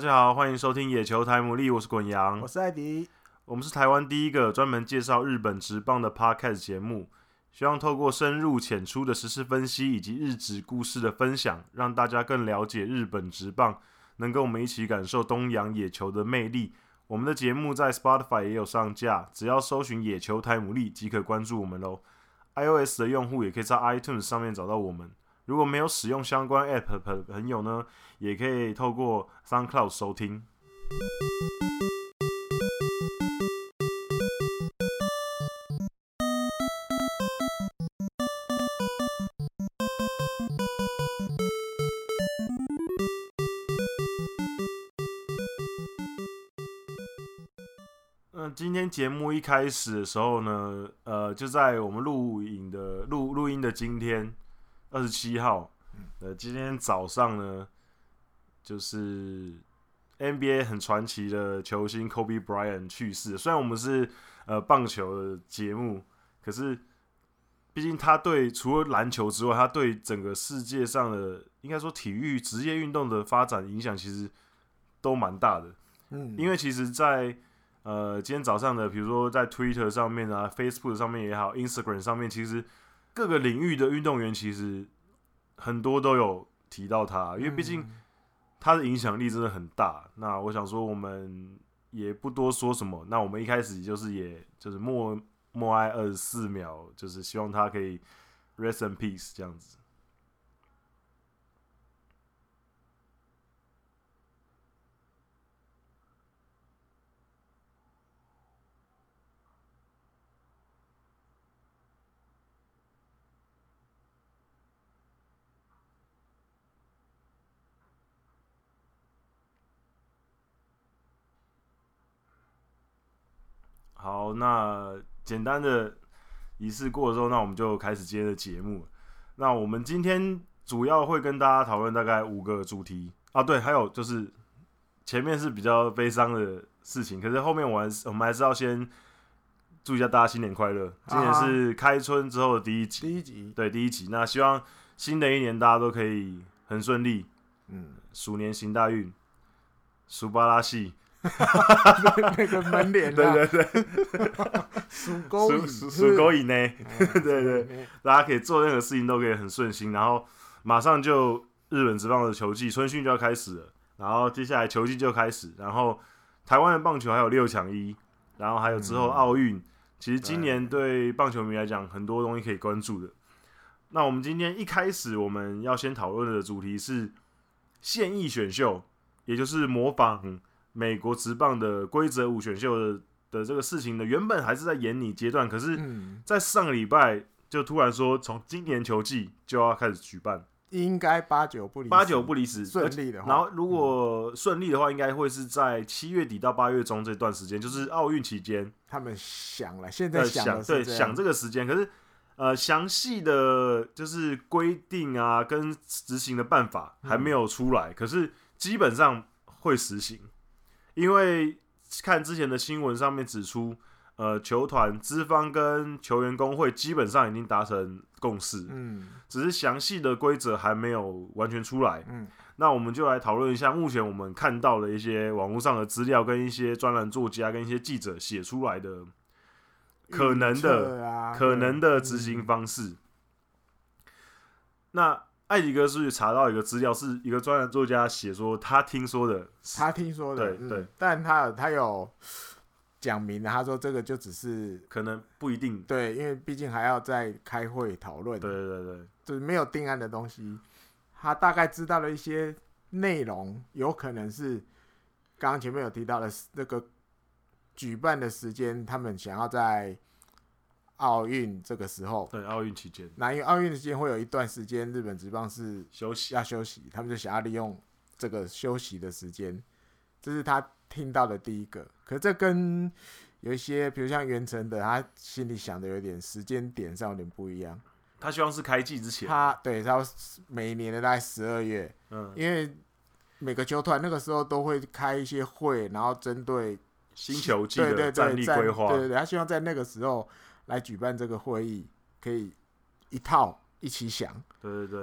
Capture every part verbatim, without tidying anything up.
家好，欢迎收听野球台牡蛎，我是滚羊， 我是艾迪。 我们是台湾第一个专门介绍日本职棒的 Podcast 节目，希望透过深入浅出的时事分析以及日职故事的分享，让大家更了解日本职棒，能跟我们一起感受东洋野球的魅力。我们的节目在 Spotify 也有上架，只要搜寻野球台牡蛎即可关注我们咯。iOS 的用户也可以在 iTunes 上面找到我们。如果没有使用相关 App 的朋友呢，也可以透过 SoundCloud 收听。嗯，今天节目一开始的时候呢，呃，就在我们录影的录录音的今天，二十七号，呃，今天早上呢，就是 N B A 很传奇的球星 Kobe Bryant 去世。虽然我们是呃棒球的节目，可是毕竟他对除了篮球之外，他对整个世界上的应该说体育职业运动的发展影响其实都蛮大的。嗯，因为其实在呃，今天早上的，比如说在 Twitter 上面啊 ，Facebook 上面也好 ，Instagram 上面，其实各个领域的运动员其实很多都有提到他，因为毕竟他的影响力真的很大。那我想说，我们也不多说什么。那我们一开始就是也就是默默哀二十四秒，就是希望他可以 rest in peace 这样子。好，那简单的仪式过了之后，那我们就开始今天的节目。那我们今天主要会跟大家讨论大概五个主题啊，对，还有就是前面是比较悲伤的事情，可是后面我, 还是我们还是要先祝一下大家新年快乐。今年是开春之后的第一集， 第一集， 对，第一集。那希望新的一年大家都可以很顺利，嗯，鼠年行大运，鼠巴拉戏。 那个门帘、啊， 对对对， 属狗蚁，属狗蚁呢，对对，大家可以做任何事情都可以很顺心，然后马上就日本职棒的球季春训就要开始了，然后接下来球季就开始，然后台湾的棒球还有六强一，然后还有之后奥运、嗯，其实今年对棒球迷来讲很多东西可以关注的。那我们今天一开始我们要先讨论的主题是现役选秀，也就是模仿美国职棒的规则五选秀 的, 的这个事情呢，原本还是在研拟阶段，可是，在上个礼拜就突然说，从今年球季就要开始举办， 应该八九不离十， 八九不离十， 顺利的话。 然后如果顺利的话，应该会是在七月底到八月中这段时间，就是奥运期间。 他们想了，现在想的是对想这个时间，可是呃，详细的就是规定啊，跟执行的办法还没有出来，嗯、可是基本上会实行。因为看之前的新闻上面指出，呃，球团资方跟球员工会基本上已经达成共识，嗯，只是详细的规则还没有完全出来，嗯，那我们就来讨论一下目前我们看到的一些网络上的资料，跟一些专栏作家跟一些记者写出来的可能的、啊、可能的执行方式。嗯、那艾迪哥是不是查到一个资料，是一个专栏作家写说他听说的， 他听说的， 对、嗯、对， 但他有他有讲明了，他说这个就只是可能不一定， 对，因为毕竟还要再开会讨论， 对对对， 就是没有定案的东西，他大概知道了一些内容，有可能是刚刚前面有提到的那个举办的时间，他们想要在奥运这个时候， 对，奥运期间， 那因为奥运期间会有一段时间，日本职棒是休息要休息，他们就想要利用这个休息的时间，这是他听到的第一个。可这跟有一些，比如像袁成的，他心里想的有点时间点上有点不一样。 他希望是开季之前， 他对他每年的大概十二月，嗯，因为每个球团那个时候都会开一些会，然后针对新球季的战力规划， 对对对，他希望在那个时候来举办这个会议，可以一套一起想。 对对对。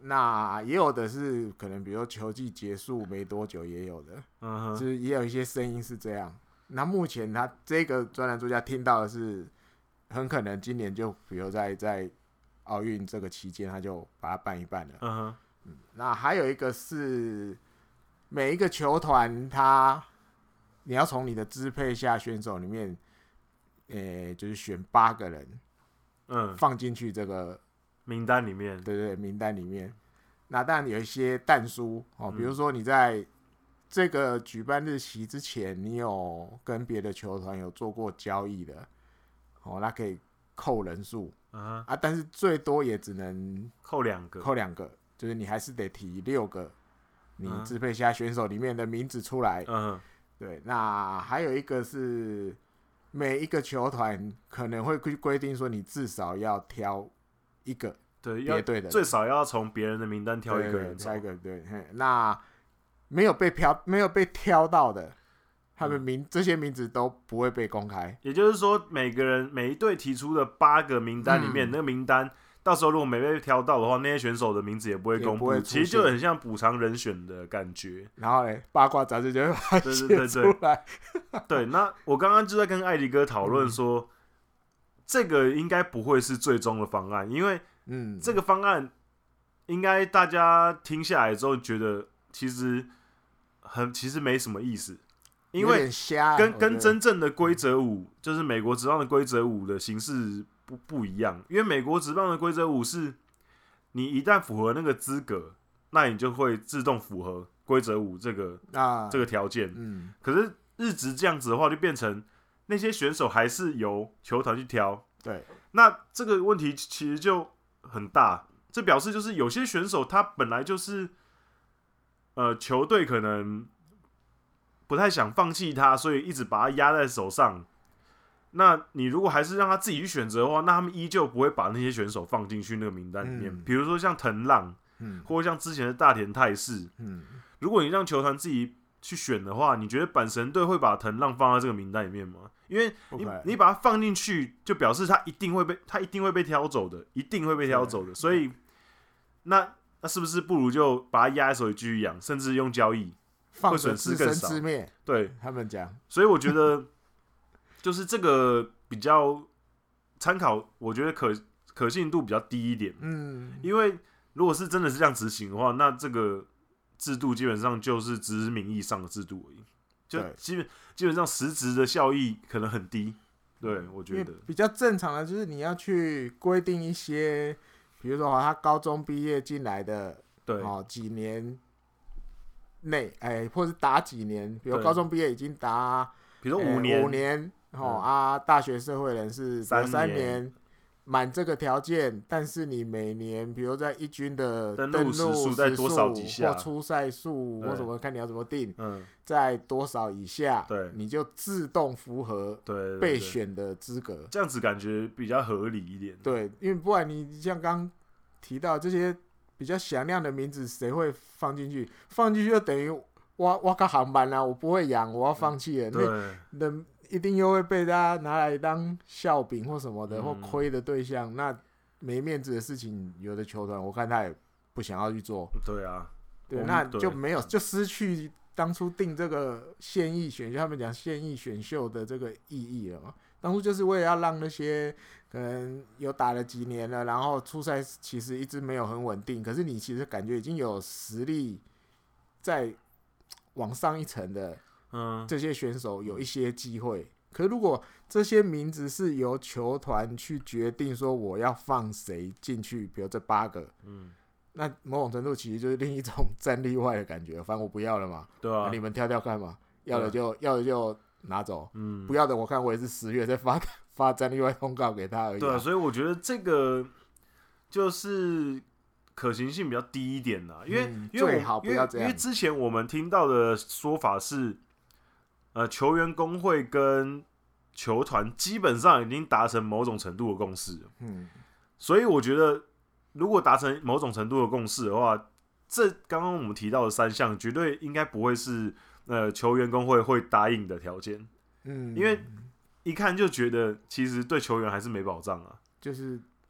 那也有的是可能，比如说球季结束没多久，也有的， 嗯哼， 就是也有一些声音是这样。那目前他这个专栏作家听到的是，很可能今年就比如在在奥运这个期间，他就把它办一办了。 嗯哼， 嗯，那还有一个是每一个球团，他你要从你的支配下选手里面，呃，就是选八个人， 嗯， 放进去这个名单里面， 对对名单里面。那当然有一些但书哦， 嗯比如说你在这个举办日期之前，你有跟别的球团有做过交易的，哦，那可以扣人数、 嗯、 啊，但是最多也只能扣两个， 扣两个，就是你还是得提六个你嗯支配下选手里面的名字出来。 嗯， 对，那还有一个是每一个球团可能会规定说，你至少要挑一个对， 别队的人， 最少要从别人的名单挑一个人， 挑一个对。那没有被挑没有被挑到的，他们名、嗯、这些名字都不会被公开。 也就是说，每个人每一队提出的八个名单里面，嗯、那个名单到时候如果没被挑到的话，那些选手的名字也不会公布。其实就很像补偿人选的感觉。 然后嘞，八卦杂志就会发泄出来。 对, 对, 对，那我刚刚就在跟艾迪哥讨论说、嗯，这个应该不会是最终的方案，因为嗯，这个方案应该大家听下来之后觉得其实很其实没什么意思，因为跟跟真正的规则五，就是美国职棒的规则五的形式不不一样。因为美国职棒的规则五是，你一旦符合那个资格，那你就会自动符合规则五这个、啊、这个条件。嗯，可是日职这样子的话，就变成那些选手还是由球团去挑。 对， 那这个问题其实就很大。这表示就是有些选手他本来就是，呃，球队可能不太想放弃他，所以一直把他压在手上。那你如果还是让他自己去选择的话，那他们依旧不会把那些选手放进去那个名单里面。比、嗯、如说像藤浪，嗯，或者像之前的大田泰示，嗯，如果你让球团自己去选的话，你觉得阪神队会把藤浪放在这个名单里面吗？因为你你把他放进去，就表示他一定会被他一定会被挑走的，一定会被挑走的。所以，那那是不是不如就把他压在手里继续养，甚至用交易，会损失更少？对他们讲， 所以我觉得就是这个比较参考，我觉得可可信度比较低一点。嗯，因为如果是真的是这样执行的话，那这个制度基本上就是只是名义上的制度而已。就基本基本上实质的效益可能很低，对，我觉得比较正常的就是你要去规定一些，比如说他高中毕业进来的， 对， 哦几年内，哎，或者是打几年，比如高中毕业已经打， 比如说五年， 五年，哦、嗯、啊，大学社会人士三三年。满这个条件，但是你每年，比如在一军的登录时数在多少以下， 或出赛数或什么，看你要怎么定， 嗯， 在多少以下， 对， 你就自动符合备选的资格， 对对对，这样子感觉比较合理一点。 对，因为不然你像刚提到这些比较响亮的名字，谁会放进去？放进去就等于我我靠航班啊，我不会养，我要放弃了。 对， 那一定又会被大家拿来当笑柄或什么的，嗯、或亏的对象。那没面子的事情，有的球团我看他也不想要去做。 对啊， 对，那就没有，就失去当初定这个现役选秀，他们讲现役选秀的这个意义了嘛。当初就是为了要让那些可能有打了几年了，然后出赛其实一直没有很稳定，可是你其实感觉已经有实力在往上一层的。嗯，这些选手有一些机会，可如果这些名字是由球团去决定说我要放谁进去，比如这八个，嗯，那某种程度其实就是另一种战例外的感觉。反正我不要了嘛， 对啊， 啊你们挑挑看嘛，要的就要的就拿走，嗯，不要的我看我也是十月再发发战例外通告给他而已、啊。 对啊，所以我觉得这个就是可行性比较低一点啦，因为、嗯、因为最好不要这样， 因为之前我们听到的说法是。呃，球员工会跟球团基本上已经达成某种程度的共识了，嗯，所以我觉得如果达成某种程度的共识的话，这刚刚我们提到的三项绝对应该不会是呃球员工会会答应的条件，嗯，因为一看就觉得其实对球员还是没保障啊， 就是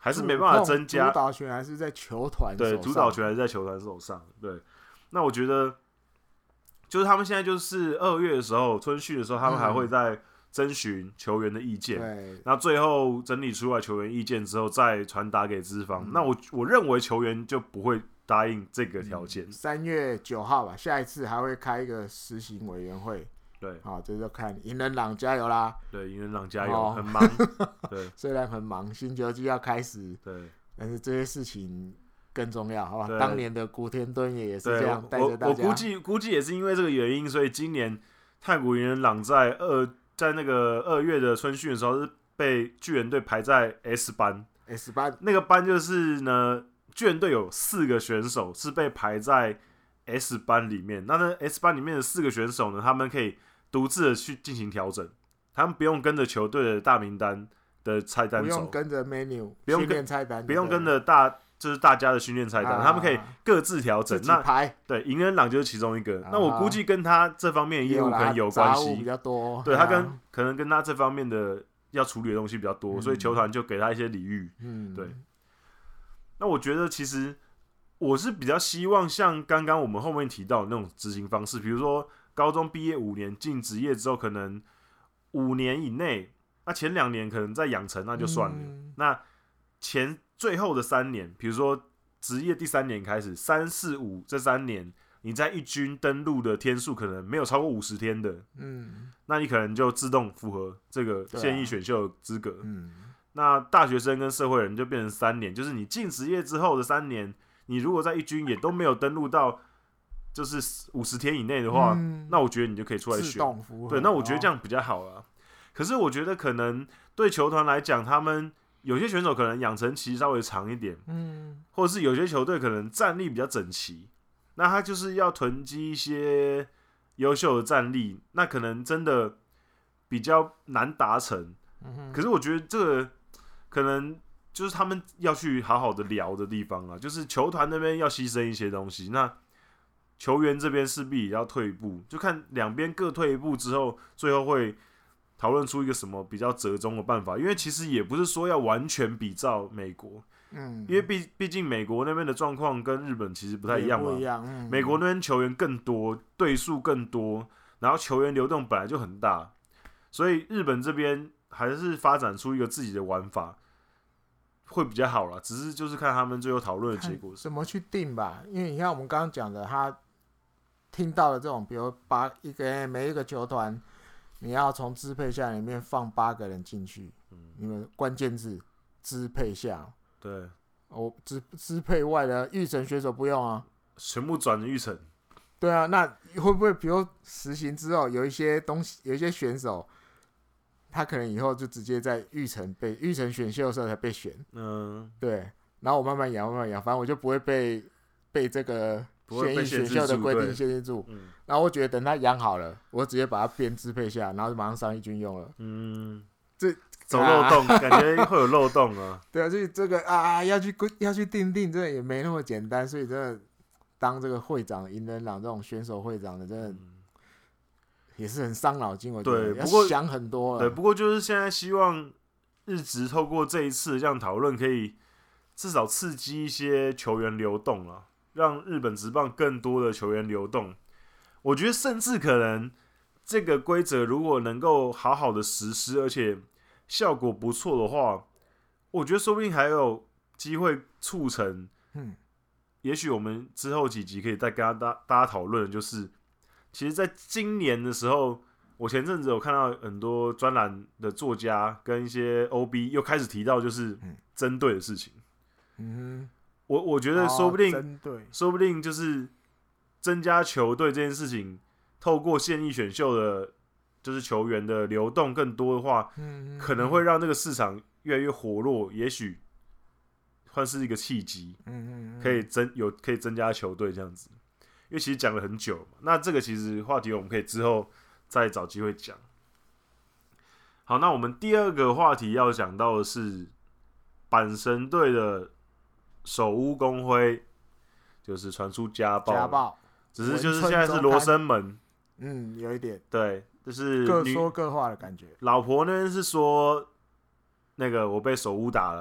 还是没办法增加主导权，还是在球团手上。 对，主导权还是在球团手上。对，那我觉得就是他们现在就是二月的时候春训的时候，他们还会在征询球员的意见， 对， 那最后整理出来球员意见之后再传达给资方。嗯、那我我认为球员就不会答应这个条件。 三、嗯、月九号吧，下一次还会开一个实行委员会。 对， 好，这就看银人朗加油啦！ 对，银人朗加油，哦、很忙。对， 虽然很忙，新球季要开始， 对， 但是这些事情更重要，好吧？当年的古田敦也也是这样带着大家。 我, 我估计估计也是因为这个原因，所以今年太古银人朗在二在那个二月的春训的时候是被巨人队排在 S 班。 S 班那个班就是呢，巨人队有四个选手是被排在 S 班里面。那呢 S 班里面的四个选手呢，他们可以独自的去进行调整，他们不用跟着球队的大名单的菜单走， 不用跟着 menu 不用训练菜单， 不用跟着大就是大家的训练菜单、啊，他们可以各自调整。 那排对，银人朗就是其中一个、啊。那我估计跟他这方面的业务可能有关系， 比较多。 对他跟、啊、可能跟他这方面的要处理的东西比较多，嗯、所以球团就给他一些礼遇。嗯，对。那我觉得其实我是比较希望像刚刚我们后面提到的那种执行方式，比如说。高中毕业五年进职业之后，可能五年以内，那前两年可能在养成，那就算了。嗯、那前最后的三年，比如说职业第三年开始，三四五这三年，你在一军登录的天数可能没有超过五十天的，嗯，那你可能就自动符合这个现役选秀的资格。啊嗯、那大学生跟社会人就变成三年，就是你进职业之后的三年，你如果在一军也都没有登录到。就是五十天以内的话、嗯，那我觉得你就可以出来选。对，那我觉得这样比较好啦。可是我觉得可能对球团来讲，他们有些选手可能养成期稍微长一点，嗯，或者是有些球队可能战力比较整齐，那他就是要囤积一些优秀的战力，那可能真的比较难达成。嗯、可是我觉得这个可能就是他们要去好好的聊的地方啊，就是球团那边要牺牲一些东西，那。球员这边势必也要退一步，就看两边各退一步之后，最后会讨论出一个什么比较折中的办法。因为其实也不是说要完全比照美国，嗯，因为毕毕竟美国那边的状况跟日本其实不太一样嘛。 不一样，嗯、 美国那边球员更多，队数更多，然后球员流动本来就很大，所以日本这边还是发展出一个自己的玩法。会比较好啦，只是就是看他们最后讨论的结果怎么去定吧。因为你看我们刚刚讲的，他听到的这种，比如八一个每一个球团，你要从支配下里面放八个人进去，嗯，因为关键字支配下， 对， 哦，支支配外的育成选手不用啊， 全部转育成。 对啊，那会不会比如实行之后，有一些东西，有一些选手？他可能以后就直接在育成被育成选秀的时候才被选，嗯，对，然后我慢慢养，慢慢养，反正我就不会被被这个现役选秀的规定限制住，嗯，然后我觉得等他养好了，我直接把他编支配下，然后就马上上一军用了，嗯，这走漏洞，啊、感觉会有漏洞啊， 对啊，所以这个啊要去要去定定，这也没那么简单，所以真的当这个会长银人朗这种选手会长的，真的。嗯也是很伤脑筋，我觉得要想很多了。 对，不过就是现在希望日职透过这一次这样讨论，可以至少刺激一些球员流动了，让日本职棒更多的球员流动。我觉得甚至可能这个规则如果能够好好的实施，而且效果不错的话，我觉得说不定还有机会促成。嗯，也许我们之后几集可以再跟大大家讨论的就是。其实，在今年的时候，我前阵子有看到很多专栏的作家跟一些 O B 又开始提到，就是针对的事情。嗯，我我觉得说不定， 针对， 说不定就是增加球队这件事情，透过现役选秀的，就是球员的流动更多的话，嗯，可能会让这个市场越来越活络，也许算是一个契机，嗯嗯，可以增有可以增加球队这样子。因为其实讲了很久嘛，那这个其实话题我们可以之后再找机会讲。好，那我们第二个话题要讲到的是阪神队的首屋公辉，就是传出家暴， 家暴， 只是就是现在是罗生门， 嗯，有一点， 对，就是各说各话的感觉。 老婆那边是说，那个我被首屋打了，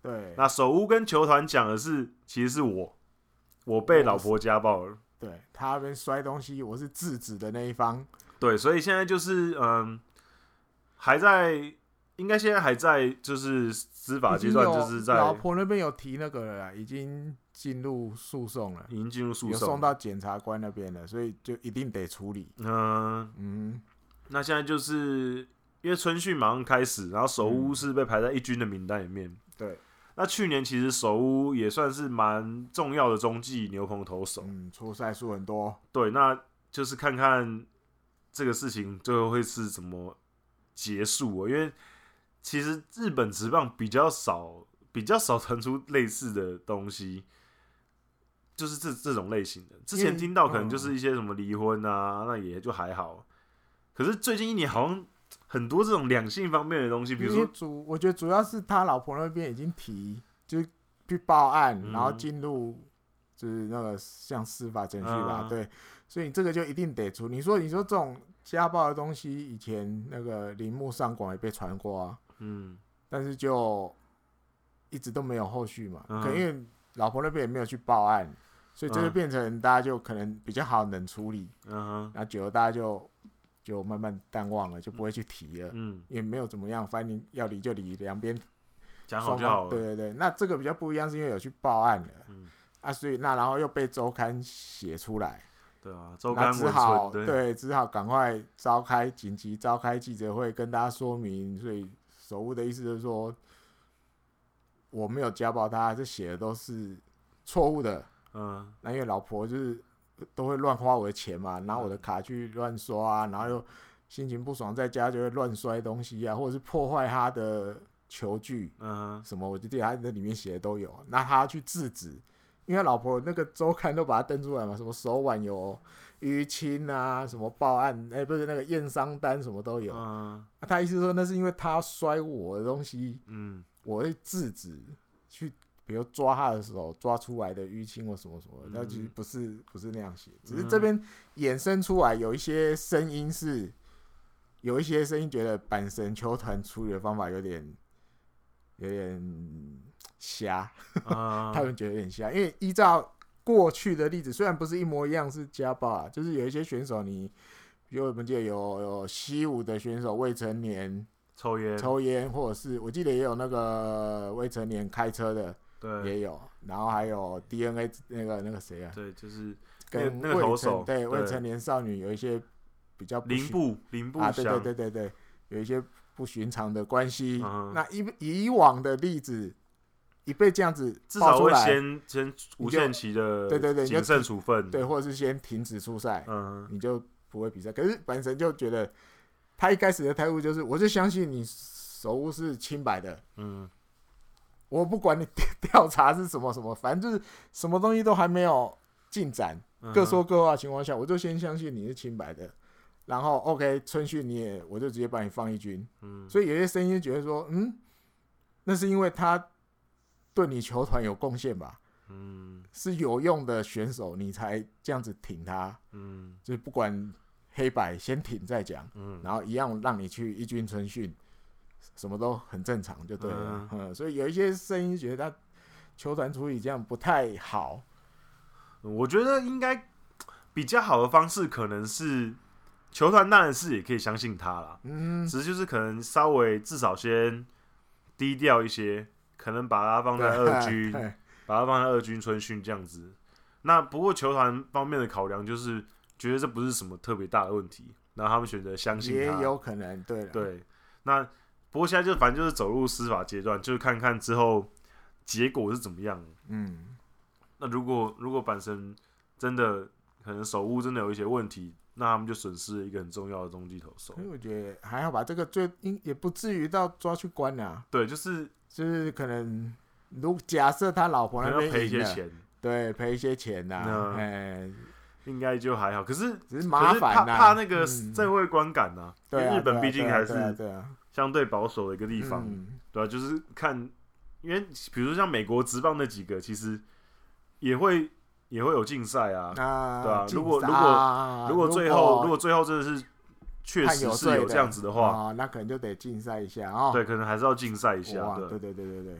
对， 那首乌跟球团讲的是，其实是我，我被老婆家暴了。 对，他那边摔东西，我是制止的那一方。 对，所以现在就是嗯，还在，应该现在还在就是司法阶段，就是在老婆那边有提那个了啦，已经进入诉讼了， 已经进入诉讼， 有送到检察官那边了，所以就一定得处理。 嗯嗯，那现在就是因为春训马上开始，然后首乌是被排在一军的名单里面。 嗯、对。 那去年其实首乌也算是蛮重要的中继牛棚投手， 嗯，出赛数很多。 对，那就是看看这个事情最后会是怎么结束、喔、因为其实日本职棒比较少，比较少传出类似的东西，就是这这种类型的。之前听到可能就是一些什么离婚啊，那也就还好。可是最近一年好像很多这种两性方面的东西，比如说主，我觉得主要是他老婆那边已经提，就是去报案， 嗯、 然后进入就是那个像司法程序吧，嗯、对，所以这个就一定得出。你说你说这种家暴的东西，以前那个铃木上广也被传过啊，嗯，但是就一直都没有后续嘛，嗯、可能因为老婆那边也没有去报案，所以这就变成大家就可能比较好能处理，嗯，然后久了大家就。就慢慢淡忘了，就不会去提了，嗯，也没有怎么样，反正要离就离，两边讲好就好了。 对对对，那这个比较不一样，是因为有去报案了，嗯，啊，所以那然后又被周刊写出来， 对啊，周刊只好 对, 对，只好赶快召开紧急召开记者会，跟大家说明。所以首乌的意思就是说，我没有家暴他，这写的都是错误的，嗯，那因为老婆就是。都会乱花我的钱嘛，拿我的卡去乱刷、啊，然后又心情不爽，在家就会乱摔东西啊，或者是破坏他的球具，嗯，什么，我记得他在里面写的都有，那他去制止，因为他老婆那个周刊都把他登出来嘛，什么手腕有淤青啊，什么报案，哎、欸，不是那个验伤单什么都有，嗯，啊、他意思说那是因为他摔我的东西，嗯，我会制止去。比如抓他的手抓出来的淤青或什么什么，那其实不是不是那样写，只是这边衍生出来有一些声音是，有一些声音觉得阪神球团处理的方法有点有点瞎，啊、他们觉得有点瞎，因为依照过去的例子，虽然不是一模一样是家暴啊，就是有一些选手你，比如我们记得有有西武的选手未成年抽烟抽烟，或者是我记得也有那个未成年开车的。对，也有，然后还有 D N A 那个那个谁啊？ 对，就是跟那个投手， 对未成年少女有一些比较零步零步啊，对对对对对，有一些不寻常的关系。嗯、那以以往的例子，一被这样子至少会先先无限期的对对对谨慎处分， 对，或者是先停止出赛，嗯，你就不会比赛。可是阪神就觉得他一开始的态度就是，我就相信你首乌是清白的，嗯。我不管你调查是什么什么，反正就是什么东西都还没有进展，嗯、各说各话的情况下，我就先相信你是清白的。然后 OK， 春训你也，我就直接把你放一军。嗯，所以有些声音觉得说，嗯，那是因为他对你球团有贡献吧？嗯，是有用的选手，你才这样子挺他。嗯，就是不管黑白，先挺再讲。嗯，然后一样让你去一军春训。什么都很正常就对了、嗯嗯，所以有一些声音觉得他球团处理这样不太好。 我觉得应该比较好的方式可能是球团当然是也可以相信他啦，嗯，只是就是可能稍微至少先低调一些，可能把他放在二军，把他放在二军春训这样子。那不过球团方面的考量就是觉得这不是什么特别大的问题，然后他们选择相信他， 也有可能对了， 对，那。不过现在就反正就是走入司法阶段，就是看看之后结果是怎么样。嗯，那如果如果阪神真的可能手误真的有一些问题，那他们就损失了一个很重要的中继投手。 所以我觉得还好吧，这个最也不至于到抓去关啊。 对，就是就是可能如假设他老婆那边赔一些钱， 对，赔一些钱呐、啊，哎。 应该就还好，可是只是麻烦、啊、 怕怕那个社会观感呐、啊嗯。对、啊， 因为日本毕竟还是对相对保守的一个地方， 嗯、 对啊，就是看，因为比如说像美国职棒那几个，其实也会也会有竞赛啊， 啊， 对啊。如果如果如果最后如果最后真的是确实是有这样子的话， 啊、那可能就得竞赛一下啊、哦。 对，可能还是要竞赛一下。 对对对对对。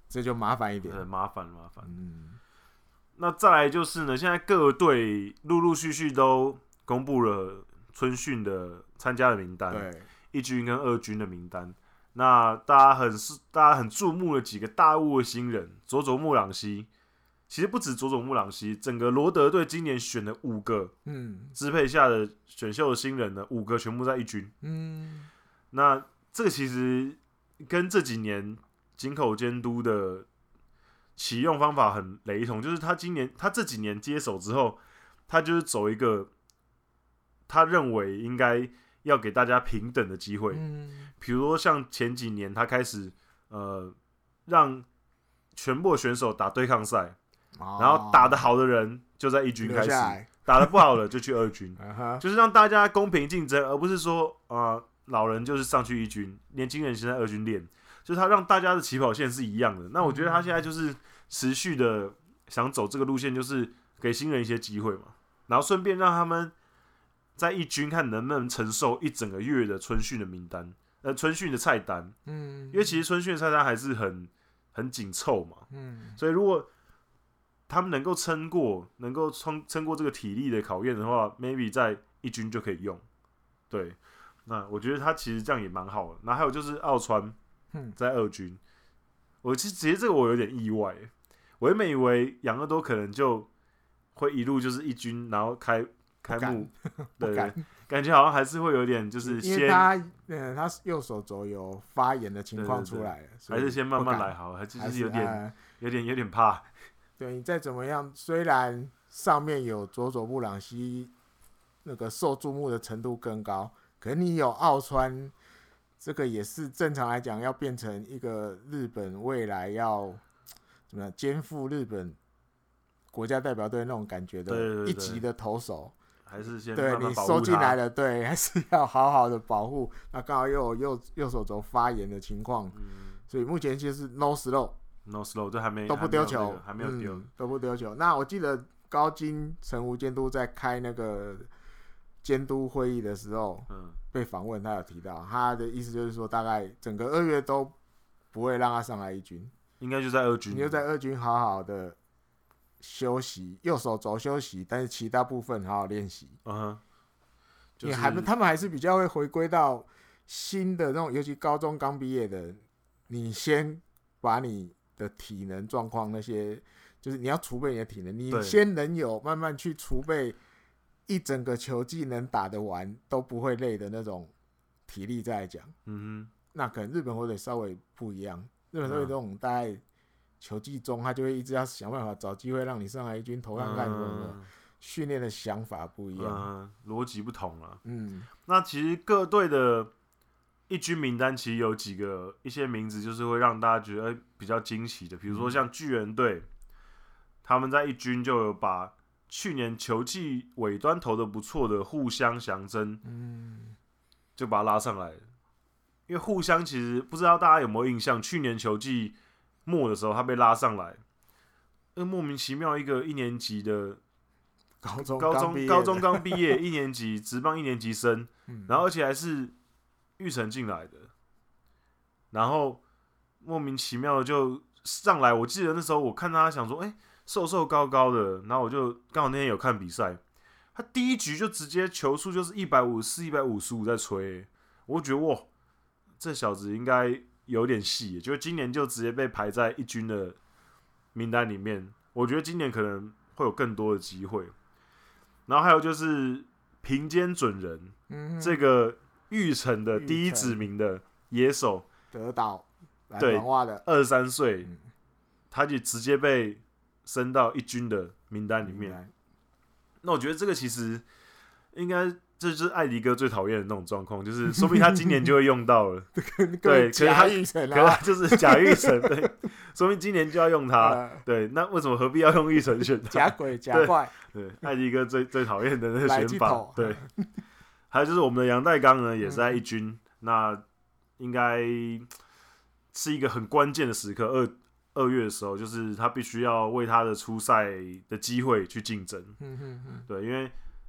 这就麻烦一点， 很麻烦麻烦。 嗯， 那再来就是呢，现在各队陆陆续续都公布了春训的参加的名单， 对， 一军跟二军的名单。那大家很大家很注目的几个大物的新人，佐佐木朗希。其实不止佐佐木朗希，整个罗德队今年选了五个，嗯，支配下的选秀的新人呢，五个全部在一军，嗯，那这个其实跟这几年井口监督的启用方法很雷同，就是他今年他这几年接手之后，他就是走一个他认为应该要给大家平等的机会，嗯，比如说像前几年他开始呃让全部的选手打对抗赛。然后打得好的人就在一军开始，打得不好的就去二军，就是让大家公平竞争，而不是说啊、呃、老人就是上去一军，年轻人先在二军练，就是他让大家的起跑线是一样的。那我觉得他现在就是持续的想走这个路线，就是给新人一些机会嘛，然后顺便让他们在一军看能不能承受一整个月的春训的名单，呃春训的菜单，嗯，因为其实春训的菜单还是很很紧凑嘛，嗯，所以如果他们能够撑过，能够撑撑过这个体力的考验的话 ，maybe 在一军就可以用。对，那我觉得他其实这样也蛮好的。那还有就是奥川在二军，我其实其实这个我有点意外，我原本以为养乐多可能就会一路就是一军，然后开开幕，对，感觉好像还是会有点就是先， 因为他呃他右手肘有发炎的情况出来了， 对对对，还是先慢慢来好，还是就是有点、呃、有点有点怕。 对，你再怎么样，虽然上面有佐佐木朗希那个受注目的程度更高，可是你有奥川，这个也是正常来讲要变成一个日本未来要怎么样肩负日本国家代表队那种感觉的一级的投手， 还是先对慢慢保护他， 你收进来了，对，还是要好好的保护。那刚好又有右右手肘发炎的情况，嗯、所以目前就是 no slow。No slow， 这还没都不丢球， 还没有丢、 嗯，都不丢球。那我记得高津臣吾监督在开那个监督会议的时候，嗯，被访问，他有提到他的意思就是说，大概整个二月都不会让他上来一军， 应该就在二军， 你就在二军好好的休息，右手肘休息，但是其他部分好好练习。嗯，就是、因为还他们还是比较会回归到新的那种，尤其高中刚毕业的，你先把你的体能状况那些，就是你要储备你的体能，你先能有慢慢去储备一整个球季能打得完都不会累的那种体力再来讲，嗯哼，那可能日本火腿稍微不一样，日本火腿这种大概球季中他就会一直要想办法找机会让你上来一军投看看什么什么，训练的想法不一样， 逻辑、嗯、不同了，嗯，那其实各队的一军名单其实有几个一些名字，就是会让大家觉得、欸、比较惊喜的，比如说像巨人队，他们在一军就有把去年球季尾端投的不错的互相祥真，嗯，就把他拉上来了。因为互相其实不知道大家有没有印象，去年球季末的时候他被拉上来，那莫名其妙一个一年级的高中高中高中刚毕业一年级职棒一年级生，嗯、然后而且还是育成进来的，然后莫名其妙就上来。我记得那时候我看他想说，哎、欸，瘦瘦高高的，然后我就刚好那天有看比赛，他第一局就直接球速就是一百五十四、一百五十五在吹，我觉得哇，这小子应该有点戏，就今年就直接被排在一军的名单里面。我觉得今年可能会有更多的机会。然后还有就是平间准人，嗯、这个育成的第一指名的野手， 德岛对， 的二十三岁，嗯、他就直接被升到一军的名单里面。嗯、那我觉得这个其实应该这就是艾迪哥最讨厌的那种状况，就是说不定他今年就会用到了。对， 假育成， 可是他就是假育成，对，说明今年就要用他。呃、对，那为什么何必要用育成选他？ 假鬼假怪。 对，艾迪哥最最讨厌的那个选法。对。还有就是我们的杨代刚呢，也是在一军，嗯、那应该是一个很关键的时刻。二二月的时候，就是他必须要为他的出赛的机会去竞争。嗯、哼哼对，因为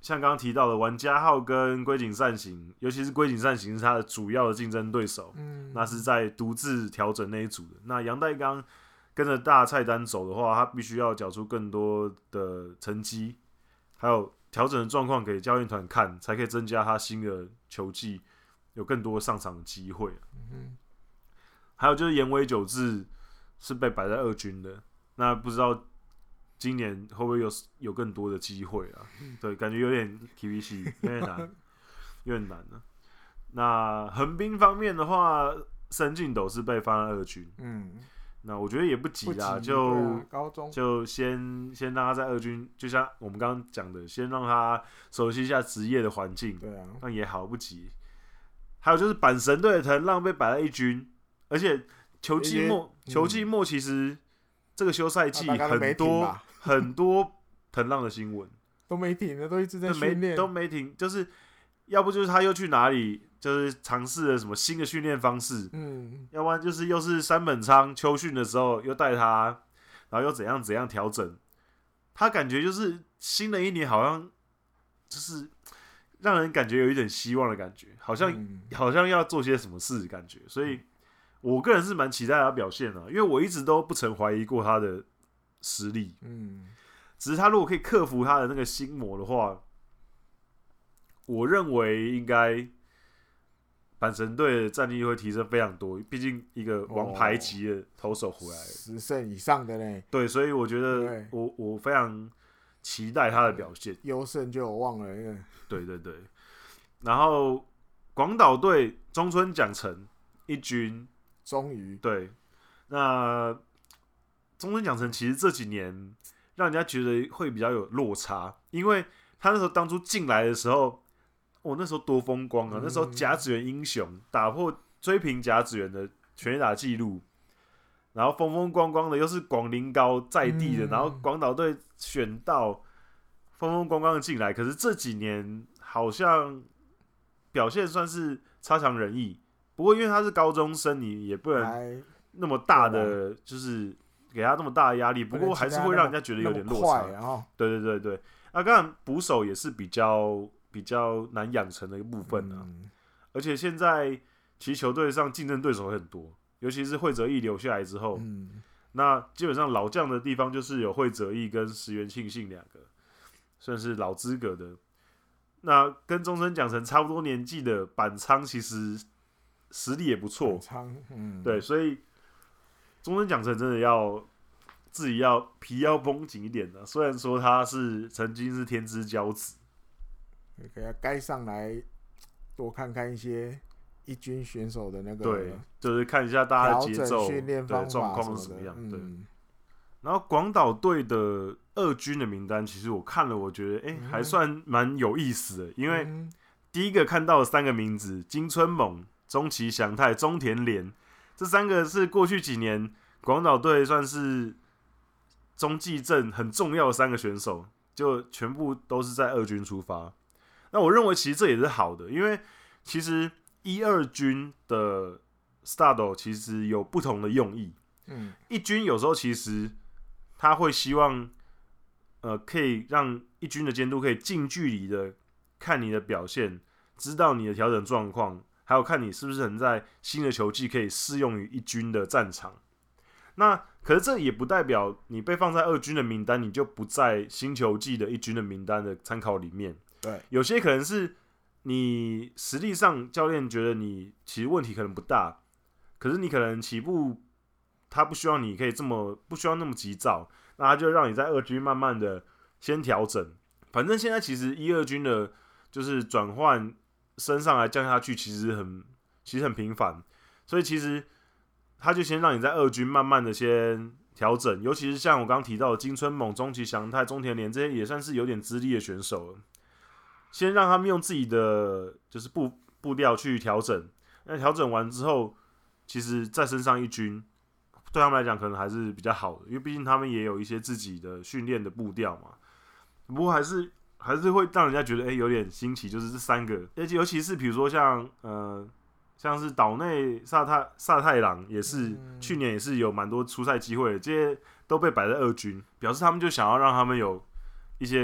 像刚刚提到的玩家号跟龟井善行，尤其是龟井善行是他的主要的竞争对手， 嗯， 那是在独自调整那一组的。那杨代刚跟着大菜单走的话，他必须要缴出更多的成绩，还有调整的状况给教练团看，才可以增加他新的球技，有更多上场的机会。 嗯， 还有就是岩尾久志是被摆在二军的，那不知道今年会不会有有更多的机会啊？对，感觉有点 K V C， 有点难，有点难了。那横滨方面的话，深进斗是被放在二军， 嗯， 那我觉得也不急啦， 不急就、 啊、高中就先先让他在二军，就像我们刚刚讲的，先让他熟悉一下职业的环境， 对啊， 那也好，不急。还有就是阪神队的藤浪被摆在一军，而且球季末， 嗯、 球季末其实这个休赛季很多、啊、很多藤浪的新闻都没停的，都一直在训练， 都没停，就是要不就是他又去哪里，就是尝试了什么新的训练方式， 嗯， 要不然就是又是山本昌秋训的时候又带他，然后又怎样怎样调整，他感觉就是新的一年好像就是让人感觉有一点希望的感觉，好像、嗯、好像要做些什么事的感觉，所以我个人是蛮期待他的表现的、啊，因为我一直都不曾怀疑过他的实力， 嗯， 只是他如果可以克服他的那个心魔的话，我认为应该阪神队的战力会提升非常多，毕竟一个王牌级的投手回来了， 十胜以上的呢， 对，所以我觉得我我非常期待他的表现， 优胜就我忘了， 对对对，然后广岛队中村奖成一军。 终于对，那中村奖成其实这几年让人家觉得会比较有落差，因为他那时候当初进来的时候，我、哦、那时候多风光啊！嗯、那时候甲子园英雄打破追平甲子园的全垒打纪录，然后风风光光的又是广陵高在地的，嗯、然后广岛队选到风风光光的进来，可是这几年好像表现算是差强人意。不过因为他是高中生，你也不能那么大的，就是给他那么大的压力。不过还是会让人家觉得有点落差。对对对对，那当然捕手也是比较比较难养成的一个部分啊。嗯、而且现在其实球队上竞争对手很多，尤其是惠泽义留下来之后，嗯、那基本上老将的地方就是有惠泽义跟石原庆信两个，算是老资格的。那跟中村奖成差不多年纪的板仓，其实实力也不错， 嗯， 对，所以中村奖成真的要自己要皮要绷紧一点的。虽然说他是曾经是天之骄子， 给他该上来多看看一些一军选手的那个， 对，就是看一下大家的节奏、 训练方法状况是怎么样。 嗯、 对，然后广岛队的二军的名单，其实我看了，我觉得哎、欸，还算蛮有意思的，因为第一个看到的三个名字：金村猛、中崎祥太、中田廉，这三个是过去几年广岛队算是中继阵很重要的三个选手，就全部都是在二军出发。那我认为其实这也是好的，因为其实一二军的 start 其实有不同的用意。嗯，一军有时候其实他会希望，呃，可以让一军的监督可以近距离的看你的表现，知道你的调整状况。还有看你是不是能在新的球季可以适用于一军的战场。那可是这也不代表你被放在二军的名单，你就不在新球季的一军的名单的参考里面。 对， 有些可能是你实力上教练觉得你其实问题可能不大，可是你可能起步他不希望你可以这么不需要那么急躁，那他就让你在二军慢慢的先调整。反正现在其实一二军的就是转换。升上来降下去其实很其实很频繁，所以其实他就先让你在二军慢慢的先调整，尤其是像我刚刚提到的金村猛、中崎祥太、中田廉这些也算是有点资历的选手了，先让他们用自己的就是步步调去调整，那调整完之后，其实再升上一军，对他们来讲可能还是比较好的，因为毕竟他们也有一些自己的训练的步调嘛，不过还是。还是会让人家觉得哎、欸、有点新奇，就是这三个，而且尤其是比如说像呃像是岛内萨太萨太郎也是、嗯、去年也是有蛮多出赛机会的，这些都被摆在二军，表示他们就想要让他们有一些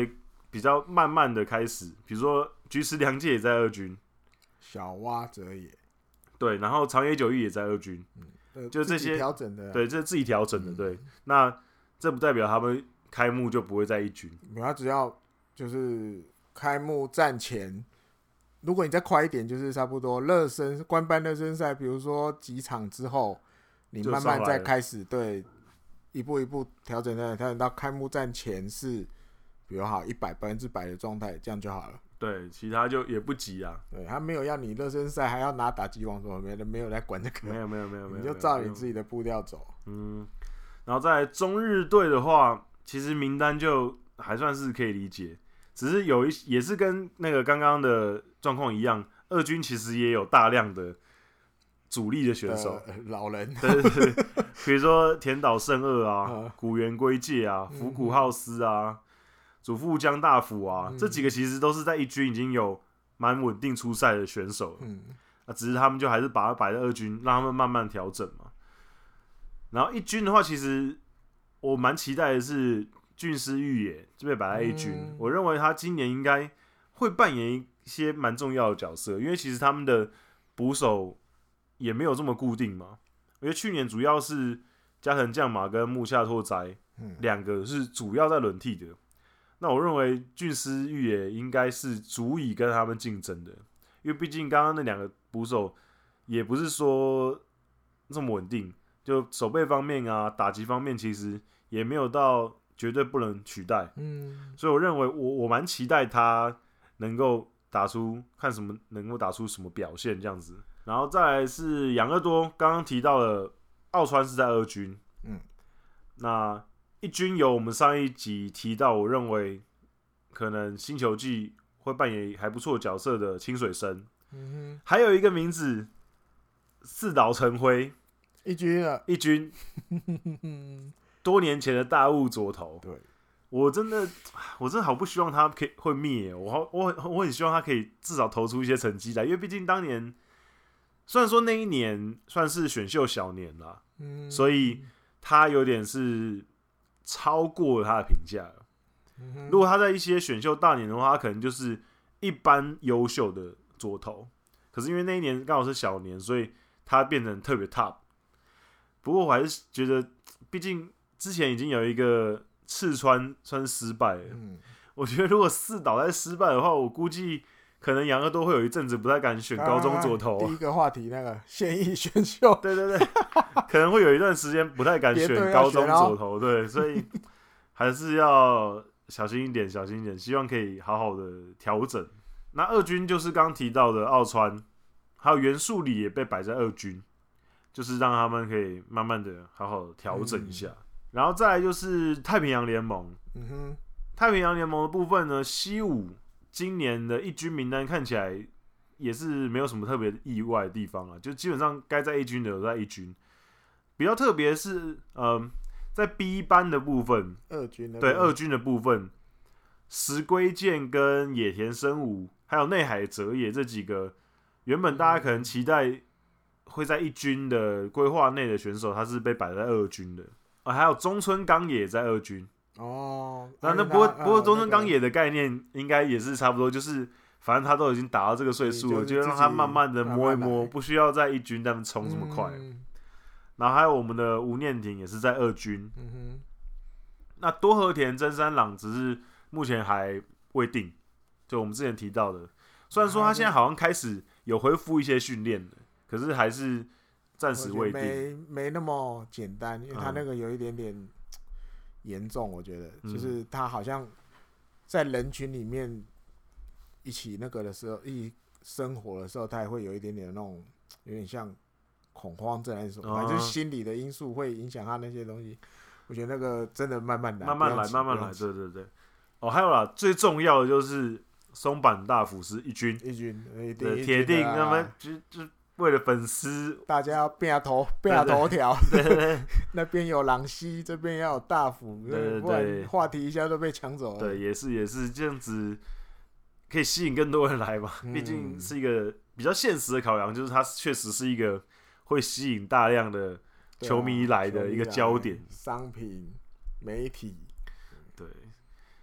比较慢慢的开始，比如说菊池良介也在二军， 小蛙哲也， 对，然后长野久义也在二军， 嗯， 就这些调整的、啊， 对，这是自己调整的， 嗯、 对。那这不代表他们开幕就不会在一军， 他只要就是开幕战前，如果你再快一点，就是差不多热身官办热身赛，比如说几场之后，你慢慢再开始对一步一步调整的，调整到开幕战前是，比如好一百百分之百的状态，这样就好了。 对，其他就也不急啊。 对，他没有要你热身赛还要拿打击王什么，没人没有来管这个。 没有没有没有没有， 你就照你自己的步调走。 嗯，然后在中日队的话，其实名单就还算是可以理解，只是有一也是跟那个刚刚的状况一样，二军其实也有大量的主力的选手， 呃、老人， 对对对，比如说田岛胜二啊、古原圭介啊、福谷浩司啊。祖父江大辅啊、嗯，这几个其实都是在一军已经有蛮稳定出赛的选手了，嗯，啊，只是他们就还是把它摆在二军，让他们慢慢调整嘛。然后一军的话，其实我蛮期待的是俊师裕也就被摆在一军、嗯，我认为他今年应该会扮演一些蛮重要的角色，因为其实他们的捕手也没有这么固定嘛。因为去年主要是加藤将马跟木下拓哉两、嗯、个是主要在轮替的。那我认为俊师裕也应该是足以跟他们竞争的，因为毕竟刚刚那两个捕手也不是说这么稳定，就守备方面啊、打击方面其实也没有到绝对不能取代。嗯，所以我认为我我蛮期待他能够打出看什么能够打出什么表现这样子。然后再来是养乐多，刚刚提到了奥川是在二军，嗯，那。一军有我们上一集提到，我认为可能新球季会扮演还不错角色的清水生、嗯，还有一个名字四岛成辉， 一军啊， 一军，多年前的大物左投， 对， 我真的我真的好不希望他可以会灭，我好我很我很希望他可以至少投出一些成绩来，因为毕竟当年虽然说那一年算是选秀小年啦，嗯、所以他有点是。超过了他的评价了。如果他在一些选秀大年的话，他可能就是一般优秀的左投。可是因为那一年刚好是小年，所以他变成特别 top。不过我还是觉得，毕竟之前已经有一个赤川算是失败了。嗯、我觉得如果四岛再失败的话，我估计可能养乐多会有一阵子不太敢选高中左投、啊。 第一个话题那个现役选秀， 对对对。可能会有一段时间不太敢选高中左投，对，所以还是要小心一点，小心一点，希望可以好好的调整。那二军就是刚提到的奥川，还有原树里也被摆在二军，就是让他们可以慢慢的好好调整一下。嗯、然后再来就是太平洋联盟，嗯哼，太平洋联盟的部分呢，西武今年的一军名单看起来也是没有什么特别意外的地方啊，就基本上该在一军的有在一军。比较特别是，呃，在 B 班的部分， 二军的对二军的部分，石龟健跟野田生武，还有内海哲也这几个，原本大家可能期待会在一军的规划内的选手，他是被摆在二军的。啊，还有中村刚也在二军。 哦， 那那不过不过中村刚也的概念应该也是差不多，就是反正他都已经达到这个岁数了，就让他慢慢的摸一摸，不需要在一军他们冲这么快。嗯，然后还有我们的吴念庭也是在二军，嗯哼，那多和田真三郎只是目前还未定，就我们之前提到的，虽然说他现在好像开始有恢复一些训练了，可是还是暂时未定， 没没那么简单，因为他那个有一点点严重，我觉得、嗯、就是他好像在人群里面一起那个的时候，一起生活的时候，他也会有一点点那种有点像。恐慌症还是什么，反正、哦、就是心理的因素会影响他那些东西。我觉得那个真的慢慢来， 慢慢来，慢慢来，对对对。哦，还有啦，最重要的就是松坂大辅是一军， 一军， 对，铁定他们就就为了粉丝， 大家要变头变头条，对对对，那边有朗希，这边要有大辅，对对对，不然话题一下都被抢走了。 对，也是也是这样子，可以吸引更多人来嘛。毕、嗯、竟是一个比较现实的考量，就是它确实是一个。会吸引大量的球迷来的一个焦点， 啊、商品、媒体， 对。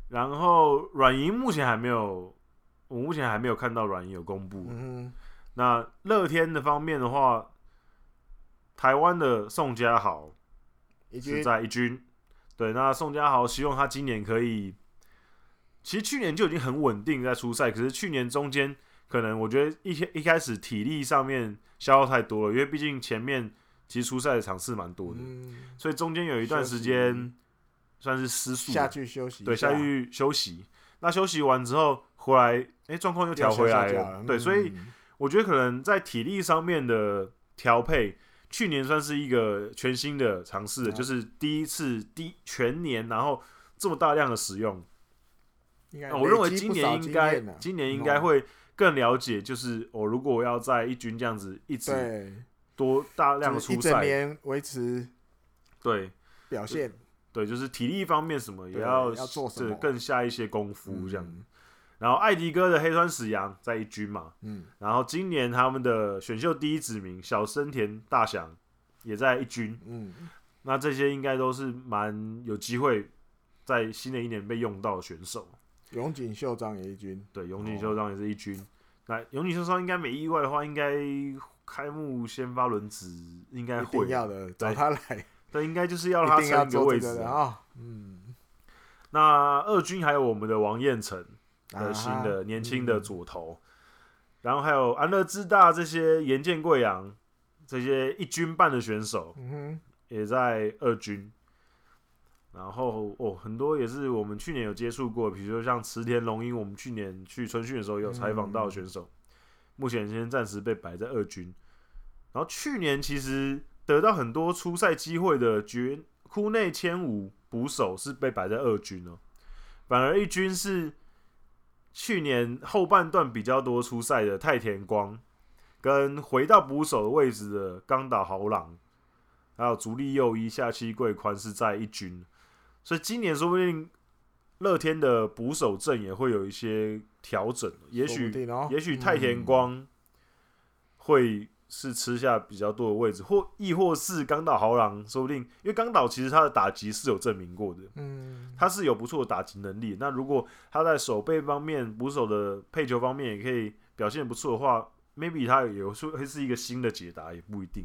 然后软银目前还没有，我目前还没有看到软银有公布。 嗯， 那乐天的方面的话，台湾的宋家豪是在一军，对，那宋家豪希望他今年可以，其实去年就已经很稳定在出赛，可是去年中间可能我觉得一一开始体力上面消耗太多了，因为毕竟前面其实出赛的场次蛮多的，嗯、所以中间有一段时间算是失速， 下去休息， 对，下去休息。那休息完之后回来，哎，状况又调回来了，了对，嗯、所以我觉得可能在体力上面的调配。去年算是一个全新的尝试，嗯、就是第一次第全年，然后这么大量的使用。那我认为今年应该，今年应该会更了解，就是我、哦、如果我要在一军这样子一直多大量的出赛， 就是、一整年维持对表现， 对，就是体力方面什么也要要做什么， 更下一些功夫这样。嗯然后艾迪哥的黑川史洋在一军嘛，嗯，然后今年他们的选秀第一指名小森田大翔也在一军，嗯，那这些应该都是蛮有机会在新的一年被用到的选手。 永井秀章也一军， 对，永井秀章也是一军。哦、那永井秀章应该没意外的话，应该开幕先发轮值应该会一定要的，找他来， 对，应该就是要他撑一个位置啊。嗯，那二军还有我们的王彦辰。的新的、啊、年轻的左投，嗯、然后还有安乐之大这些岩见贵阳这些一军半的选手，嗯、也在二军。然后哦，很多也是我们去年有接触过，比如说像池田龙英，我们去年去春训的时候有采访到的选手，嗯、目前先暂时被摆在二军。然后去年其实得到很多出赛机会的绝库内千武捕手是被摆在二军哦，反而一军是。去年后半段比较多出赛的太田光，跟回到捕手的位置的冈岛豪朗，还有竹立佑一、下期贵宽是在一军，所以今年说不定乐天的捕手阵也会有一些调整，也许、哦、也许太田光会是吃下比较多的位置，或亦或是冈岛豪朗，说不定因为冈岛其实他的打击是有证明过的，嗯，他是有不错的打击能力。那如果他在守备方面、捕手的配球方面也可以表现不错的话 ，maybe 他有时候会是一个新的解答，也不一定。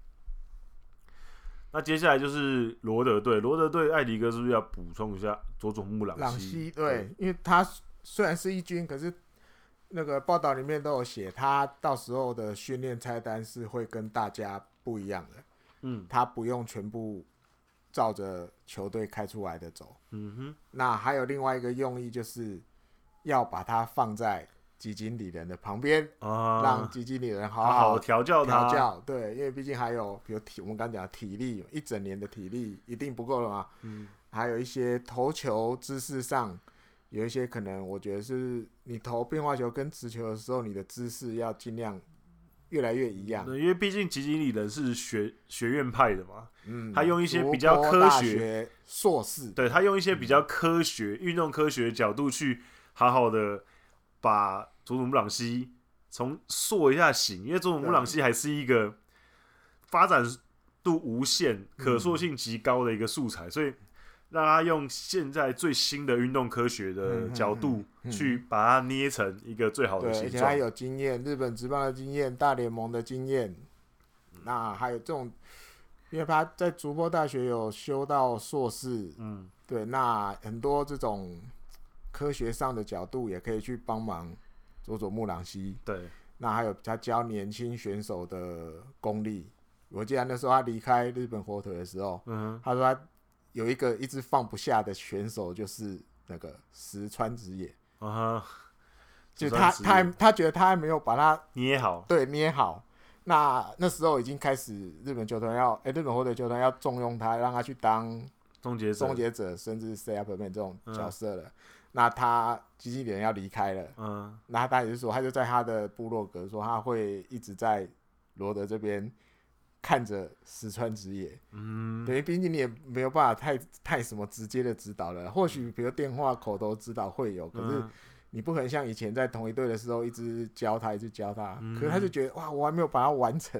那接下来就是罗德队，罗德队艾迪哥是不是要补充一下佐佐木朗希？ 朗希对，因为他虽然是一军，可是。那个报道里面都有写，他到时候的训练菜单是会跟大家不一样的。嗯，他不用全部照着球队开出来的走。嗯哼。那还有另外一个用意，就是要把他放在基金理人的旁边，啊、让基金理人好好调教他。 调教，对，因为毕竟还有，比如体，我们刚讲的体力，一整年的体力一定不够了嘛。嗯。还有一些投球姿势上。有一些可能，我觉得是你投变化球跟直球的时候，你的姿势要尽量越来越一样。 因为毕竟吉吉里人是学学院派的嘛，嗯，他用一些比较科学硕士， 对他用一些比较科学运动科学的角度去好好的把佐佐木朗希从塑一下形，因为佐佐木朗希还是一个发展度无限、可塑性极高的一个素材，所以。让他用现在最新的运动科学的角度去把它捏成一个最好的形状， 而且他有经验，日本职棒的经验，大联盟的经验，那还有这种，因为他在竹波大学有修到硕士，嗯，对，那很多这种科学上的角度也可以去帮忙佐佐木朗希， 对， 那还有他教年轻选手的功力，我记得那时候他离开日本火腿的时候，嗯，他说他。有一个一直放不下的选手，就是那个石川直也，啊、uh ， 就他他还他觉得他还没有把他捏好， 对，捏好。那那时候已经开始日本球团要，哎、欸，日本火腿球团要重用他，让他去当终结者、 终结者，甚至 stay up man 这种角色了。嗯、那他经纪人要离开了，嗯，那他也是说，他就在他的部落格说，他会一直在罗德这边。看着石川直也，嗯，对，毕竟你也没有办法太太什么直接的指导了。或许比如电话口头指导会有，可是你不可能像以前在同一队的时候一直教他，一直教他。嗯、可是他就觉得哇，我还没有把它完成，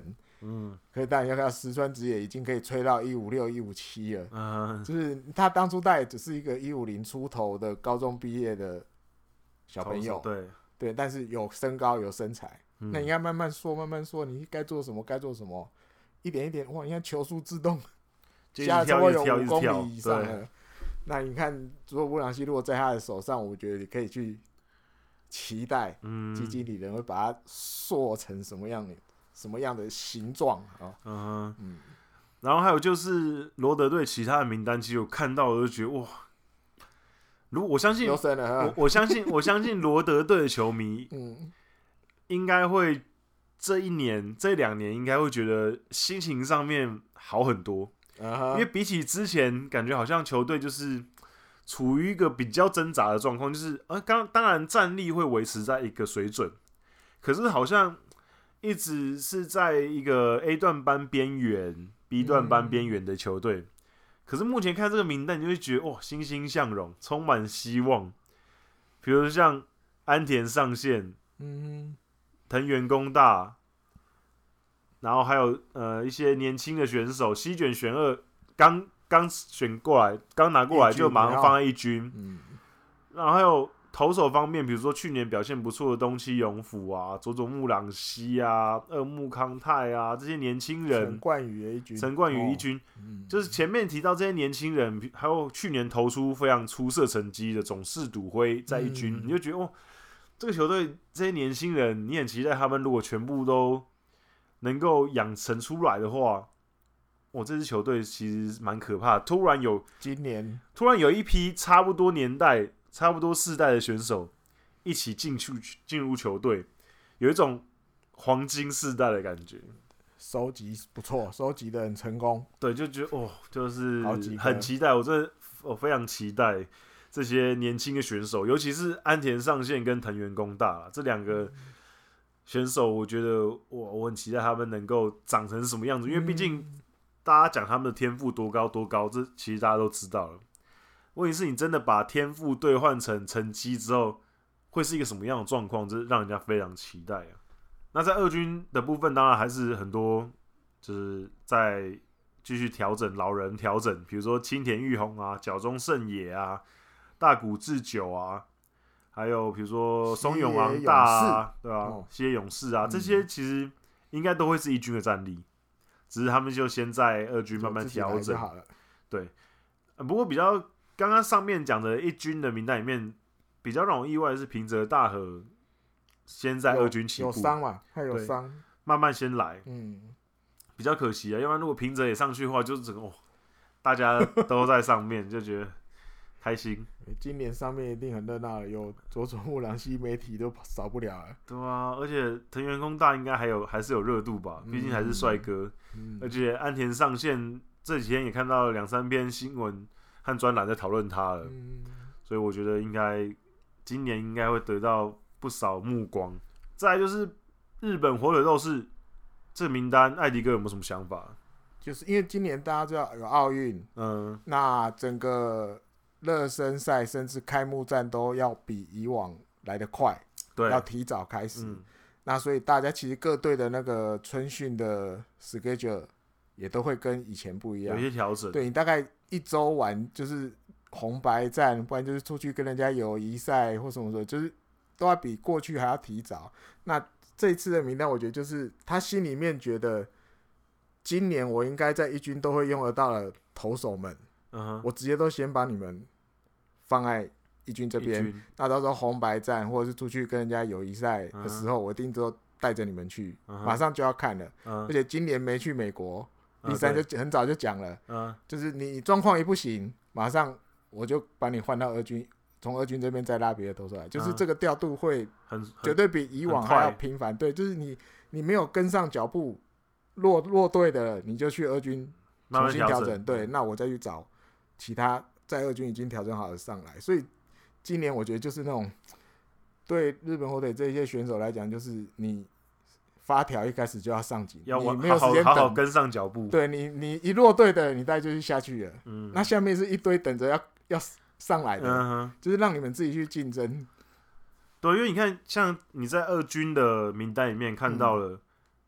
嗯，可是当然要看石川直也已经可以吹到一五六、一五七了， 嗯， 就是他当初他也只是一个一五零出头的高中毕业的小朋友， 对对，但是有身高有身材， 嗯、 那你应该慢慢说，慢慢说，你该做什么该做什么，一点一点，哇，你看球速自动加了超过有五公里以上了。那你看，佐佐木朗希如果在他的手上，我觉得你可以去期待基金理人会把它塑成什么样的、什么样的形状啊？ 嗯嗯。然后还有就是罗德队其他的名单，其实我看到我就觉得哇，如果我相信，我我相信我相信罗德队的球迷，嗯，应该会这一年、这两年应该会觉得心情上面好很多。Uh-huh. 因为比起之前，感觉好像球队就是处于一个比较挣扎的状况，就是呃，刚当然战力会维持在一个水准，可是好像一直是在一个 A 段班边缘、B 段班边缘的球队。嗯、可是目前看这个名单，你就会觉得哇，欣欣向荣，充满希望。比如像安田上线，嗯，藤原公大。然后还有呃一些年轻的选手，西卷选二刚刚选过来，刚拿过来就马上放在一军。嗯，然后还有投手方面，比如说去年表现不错的东七勇辅啊、佐佐木朗希啊、二木康泰啊这些年轻人， 陈冠宇一军， 陈冠宇一军、哦嗯，就是前面提到这些年轻人，还有去年投出非常出色成绩的总室笃辉在一军，嗯、你就觉得哦，这个球队这些年轻人，你很期待他们如果全部都能够养成出来的话，我这支球队其实蛮可怕的。突然有今年， 突然有一批差不多年代、差不多世代的选手一起进去进入球队，有一种黄金世代的感觉。 收集不错，收集的很成功。 对，就觉得哦，就是很期待。我真的我非常期待这些年轻的选手，尤其是安田上线跟藤原公大啦这两个。嗯选手，我觉得我我很期待他们能够长成什么样子，因为毕竟大家讲他们的天赋多高多高，这其实大家都知道了。问题是你真的把天赋兑换成成绩之后，会是一个什么样的状况？这让人家非常期待啊。那在二军的部分，当然还是很多，就是在继续调整老人调整，比如说青田裕宏啊、角中胜也啊、大谷智久啊。还有比如说松永昂大啊，对吧、啊？西野勇士啊、嗯，这些其实应该都会是一军的战力，只是他们就先在二军慢慢调整。对，不过比较刚刚上面讲的一军的名单里面，比较让我意外的是平泽大和先在二军起步， 有伤嘛？他有伤， 慢慢先来，嗯，比较可惜啊。要不然如果平泽也上去的话，就是整个、哦、大家都在上面，就觉得。开心， 今年上面一定很热闹，有佐佐木朗希媒体都少不了了。 对啊，而且藤原公大应该还有还是有热度吧，毕竟还是帅哥、嗯。而且安田上线这几天也看到两三篇新闻和专栏在讨论他了、嗯，所以我觉得应该今年应该会得到不少目光。再来就是日本火腿斗士这个名单，艾迪哥有没有什么想法？ 就是因为今年大家知道有奥运，嗯，那整个。热身赛甚至开幕战都要比以往来得快，对，要提早开始、嗯。那所以大家其实各队的那个春训的 schedule 也都会跟以前不一样， 有一些调整。 对你大概一周玩就是红白战，不然就是出去跟人家友谊赛或什么的，就是都要比过去还要提早。那这一次的名单，我觉得就是他心里面觉得，今年我应该在一军都会用得到的投手们，嗯、我直接都先把你们。放在一军这边，那到时候红白战或者是出去跟人家友谊赛的时候， uh-huh. 我一定都带着你们去， uh-huh. 马上就要看了。Uh-huh. 而且今年没去美国，第三就很早就讲了， uh-huh. 就是你状况一不行，马上我就把你换到二军，从二军这边再拉别的投出来， uh-huh. 就是这个调度会绝对比以往还要频繁。对，就是你你没有跟上脚步，落落队的你就去二军重新调整，对，那我再去找其他。在二军已经调整好了上来，所以今年我觉得就是那种对日本火腿这些选手来讲，就是你发条一开始就要上紧， 要你没有时间好好跟上脚步。 对你，你一落队的，你大概就是下去了。嗯，那下面是一堆等着要要上来的、嗯，就是让你们自己去竞争。 对，因为你看，像你在二军的名单里面看到了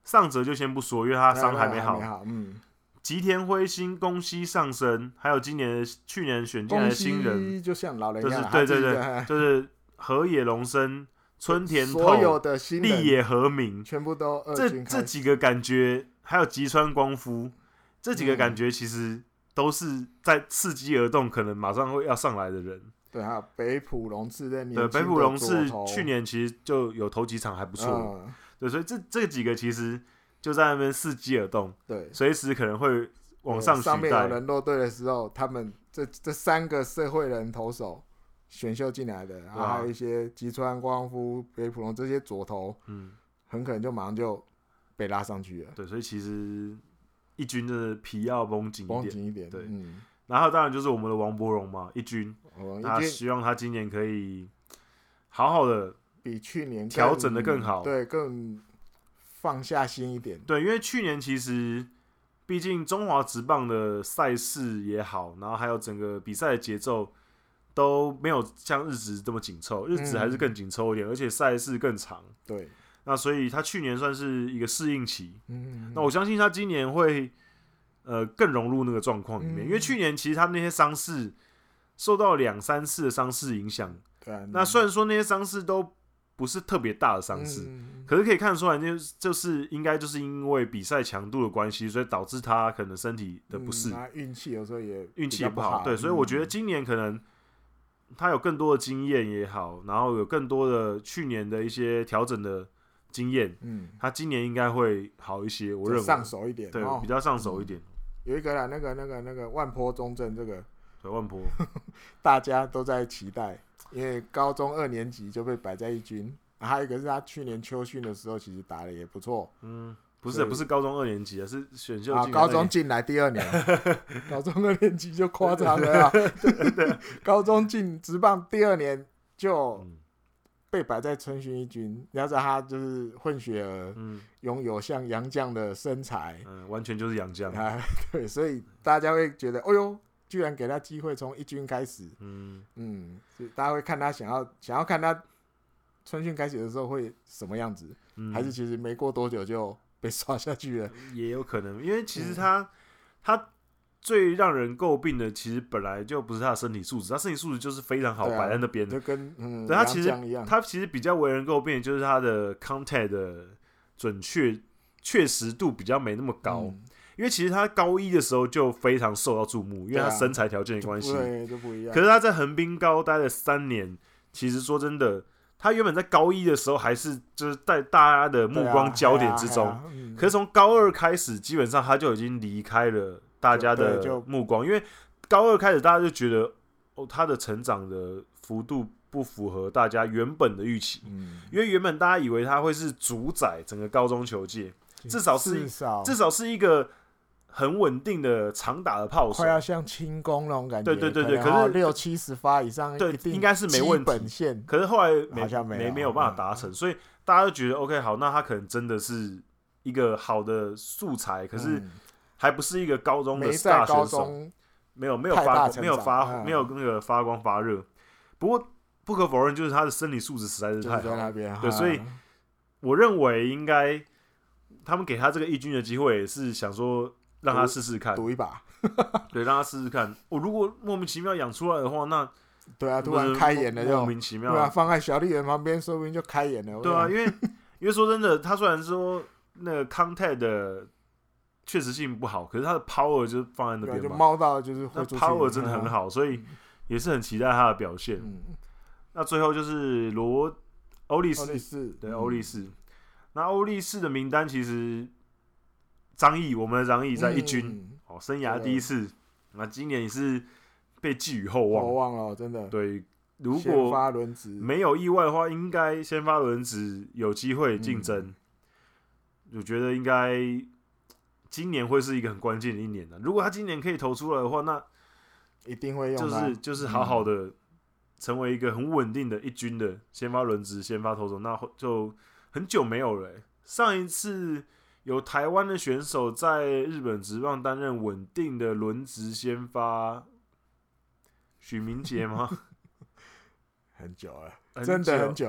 上泽就先不说，因为他伤还没好。 还没好嗯， 吉田辉心、宫西上升，还有今年的去年选进来的新人， 就像老人一样， 就是对对对，就是河野龙生、春田透、 所有的新人立野和明， 全部都二这军开始这几个感觉，还有吉川光夫，这几个感觉其实都是在伺机而动，可能马上会要上来的人。 对，还有北浦龙次的年轻对， 的北浦龙次左投去年其实就有投几场还不错， 嗯、 对，所以这这几个其实就在那边伺机而动， 对， 随时可能会往上取代。 上面有人落队的时候，他们这这三个社会人投手选秀进来的，然后还有一些吉川光夫、北浦龙这些左投，嗯，很可能就马上就被拉上去了。 对，所以其实一军的皮要绷紧一点， 绷紧一点， 对。 嗯， 然后当然就是我们的王柏荣嘛，一军， 哦、 他希望他今年可以好好的比去年调整的更好， 对，更放下心一点。 对，因为去年其实毕竟中华职棒的赛事也好，然后还有整个比赛的节奏都没有像日职这么紧凑，日职还是更紧凑一点，嗯、而且赛事更长。 对， 那所以他去年算是一个适应期。 嗯， 那我相信他今年会呃更融入那个状况里面， 嗯、 因为去年其实他那些伤势受到两三次的伤势影响。 对、啊， 那虽然说那些伤势都不是特别大的伤势， 嗯、 可是可以看得出来，就就是应该就是因为比赛强度的关系，所以导致他可能身体的不适， 运气、嗯、有时候也运气也不好。 好对，所以我觉得今年可能他有更多的经验也好，然后有更多的去年的一些调整的经验，嗯，他今年应该会好一些。我认为上手一点， 对， 哦、 比较上手一点。 嗯、有一个啦，那个那个那个万坡中正这个， 对，万坡， 大家都在期待。因为高中二年级就被摆在一军，啊、还有一个是他去年秋训的时候其实打的也不错。 嗯，不是不是高中二年级啊，是选秀啊，高中进来第二年，高中二年级就夸张了啊！对对，高中进职棒第二年就被摆在春训一军，然后他就是混血儿，嗯，拥有像洋将的身材， 嗯，完全就是洋将啊，对，所以大家会觉得，哎呦。居然给他机会从一军开始，嗯嗯，大家会看他想要想要看他春训开始的时候会什么样子，嗯、还是其实没过多久就被刷下去了， 也有可能，因为其实他、嗯、他最让人诟病的，其实本来就不是他的身体素质，他身体素质就是非常好，摆、啊、在那边的， 就跟嗯， 对他其实他其实比较为人诟病的就是他的 contact 的准确确实度比较没那么高。嗯，因为其实他高一的时候就非常受到注目，因为他身材条件的关系， 对，就不一样。 可是他在横滨高待了三年，其实说真的，他原本在高一的时候还是就是在大家的目光焦点之中，啊啊啊嗯、可是从高二开始，基本上他就已经离开了大家的目光，因为高二开始大家就觉得哦，他的成长的幅度不符合大家原本的预期，嗯、因为原本大家以为他会是主宰整个高中球界，至少是至少至少是一个很稳定的长打的炮手， 快要像轻功那种感觉。 对对对对， 可是六七十发以上， 对，应该是没问题。可是后来没好像没没没有办法达成，嗯、所以大家都觉得 OK 好，那他可能真的是一个好的素材，可是还不是一个高中的 star 选手，没有没有发没有发、嗯、没有那个发光发热。不过不可否认，就是他的生理素质实在是太好了，对，所以我认为应该他们给他这个一军的机会，也是想说。让他试试看， 赌一把， 对，让他试试看。我、哦、如果莫名其妙养出来的话，那对啊，突然开眼了就莫名其妙， 对啊，放在小丽人旁边，说不定就开眼了。 对啊，因为因为说真的，他虽然说那个 contact 的确实性不好，可是他的 power 就放在那边嘛， 就猫到就是会出去 power 真的很好，所以也是很期待他的表现。嗯、那最后就是罗欧力士，对，欧力士。那欧力士的名单其实。张毅，我们的张毅在一军、嗯哦，生涯第一次，那今年也是被寄予厚望， 厚望了，真的。 对，如果没有意外的话，应该先发轮值有机会竞争。嗯、我觉得应该今年会是一个很关键的一年的。如果他今年可以投出来的话，那一定会用， 就是就是好好的成为一个很稳定的一军的先发轮值、先发投手，那就很久没有了、欸。上一次。有台湾的选手在日本职棒担任稳定的轮值先发，许明杰吗？ 很久了，真的很久了。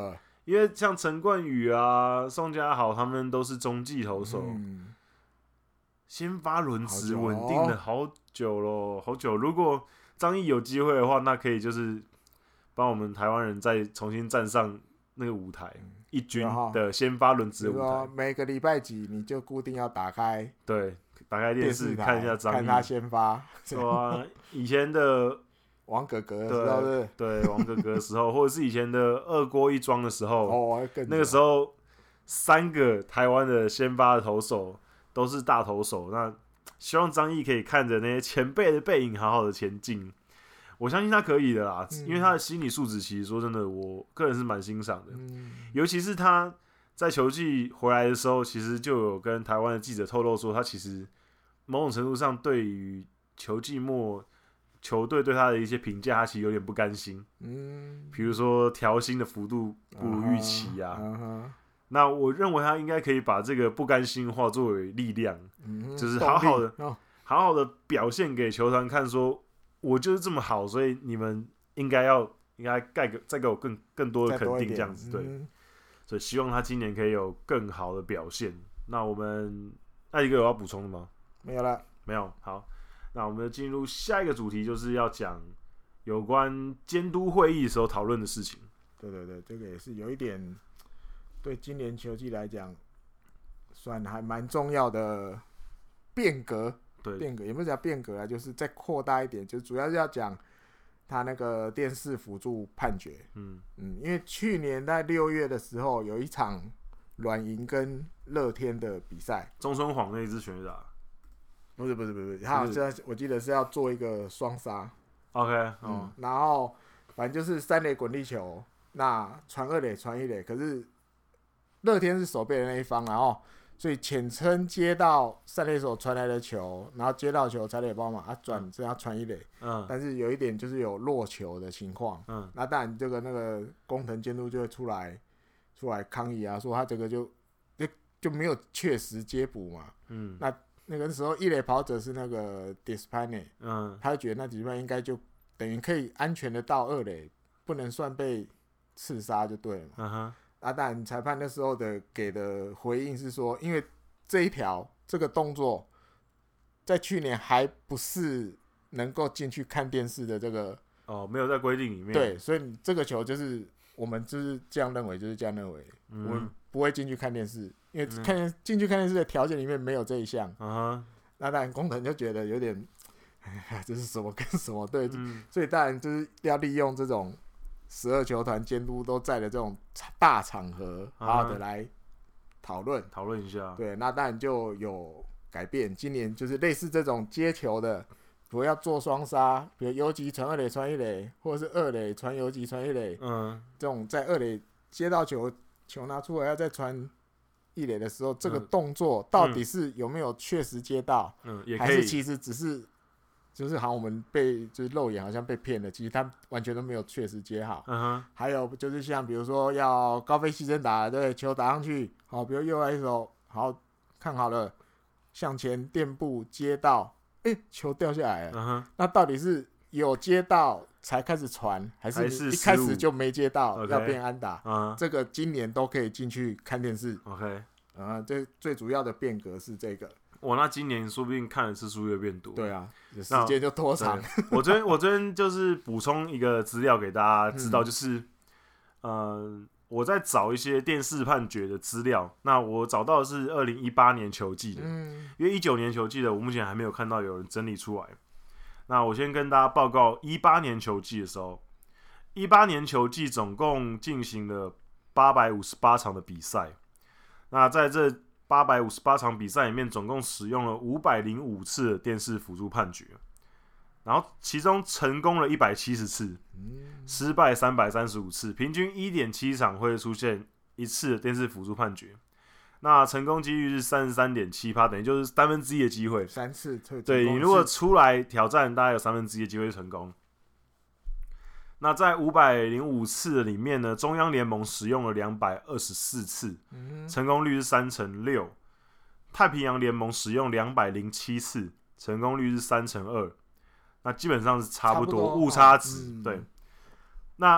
因为像陈冠宇啊、宋家豪他们都是中继投手， 嗯， 先发轮值好久稳定了好久咯，好久。如果张毅有机会的话，那可以就是帮我们台湾人再重新站上那个舞台，一军的先发轮值舞台。 每个礼拜几你就固定要打开， 对，打开电视看一下张毅， 看他先发。 对啊，以前的王哥哥的时候是， 对王哥哥的时候，或者是以前的二锅一庄的时候， 哦， 那个时候三个台湾的先发的投手都是大投手，那希望张毅可以看着那些前辈的背影，好好的前进。我相信他可以的啦，嗯、因为他的心理素质，其实说真的，我个人是蛮欣赏的。嗯、尤其是他在球季回来的时候，其实就有跟台湾的记者透露说，他其实某种程度上对于球季末球队对他的一些评价，他其实有点不甘心。嗯，比如说调薪的幅度不如预期啊。Uh-huh, uh-huh. 那我认为他应该可以把这个不甘心化作为力量，嗯、就是好好的、哦、好好的表现给球团看说。我就是这么好，所以你们应该要应该再给再给我更更多的肯定，这样子对、嗯。所以希望他今年可以有更好的表现。那我们那一个有要补充的吗？ 没有了， 没有。好，那我们进入下一个主题，就是要讲有关监督会议的时候讨论的事情。 对对对，这个也是有一点对今年球季来讲，算还蛮重要的变革。 对， 变革也不是讲变革啊，就是再扩大一点，就主要是要讲他那个电视辅助判决。嗯嗯，因为去年在六月的时候有一场软银跟乐天的比赛， 中村晃那一支全垒打， 不是不是不是，他好像我记得是要做一个双杀。 OK， 嗯，哦、然后反正就是三垒滚地球，那传二垒传一垒，可是乐天是守备的那一方，然后。所以浅村接到三垒手传来的球，然后接到球踩垒包嘛，啊转这样传一垒，嗯，但是有一点就是有落球的情况，嗯，那当然这个那个工藤监督就会出来出来抗议啊，说他这个就就就没有确实接捕嘛，嗯，那那个时候一垒跑者是那个 Despane， 嗯，他就觉得那几分应该就等于可以安全的到二垒，不能算被刺杀就对了嘛，嗯哼。啊，当然裁判那时候的给的回应是说，因为这一条这个动作在去年还不是能够进去看电视的这个哦，没有在规定里面。 对，所以你这个球就是我们就是这样认为，就是这样认为，嗯、我们不会进去看电视，因为看进、嗯、去看电视的条件里面没有这一项。嗯、那当然工藤就觉得有点，哎呀，这是什么跟什么对、嗯，所以当然就是要利用这种。十二球团监督都在的这种大场合，好好的来讨论讨论一下。 对，那当然就有改变。今年就是类似这种接球的，如果要做双杀，比如游击传二垒传一垒，或者是二垒传游击传一垒，嗯，这种在二垒接到球，球拿出来要再传一垒的时候，这个动作到底是有没有确实接到？嗯，也可以，还是其实只是。就是好像我们被就是肉眼好像被骗了，其实他完全都没有确实接好。Uh-huh. 还有就是像比如说要高飞牺牲打，对，球打上去，好，比如右外一手，好看好了，向前垫步接到，哎、欸，球掉下来了。Uh-huh. 那到底是有接到才开始传，还是一开始就没接到， okay. 要变安打？ Uh-huh. 这个今年都可以进去看电视。 OK， 啊，这最主要的变革是这个。 哇，那今年说不定看的次数越变多。 对啊，时间就拖长。 我昨天我昨天就是补充一个资料给大家知道，嗯、就是，呃，我在找一些电视判决的资料。那我找到的是二零一八年球季的，嗯、因为一九年球季的我目前还没有看到有人整理出来。那我先跟大家报告一八年球季的时候，一八年球季总共进行了八百五十八场的比赛。那在这八百五十八场比赛里面，总共使用了五百零五次的电视辅助判决，然后其中成功了一百七十次，失败三百三十五次，平均 一点七 场会出现一次的电视辅助判决。那成功几率是 百分之三十三点七， 等于就是三分之一的机会。 三次对，你如果出来挑战，大概有三分之一的机会成功。那在五百零五次里面呢，中央联盟使用了两百二十四次，嗯、成功率是三成六。太平洋联盟使用两百零七次，成功率是三成二。那基本上是差不多，误差值、嗯、对。那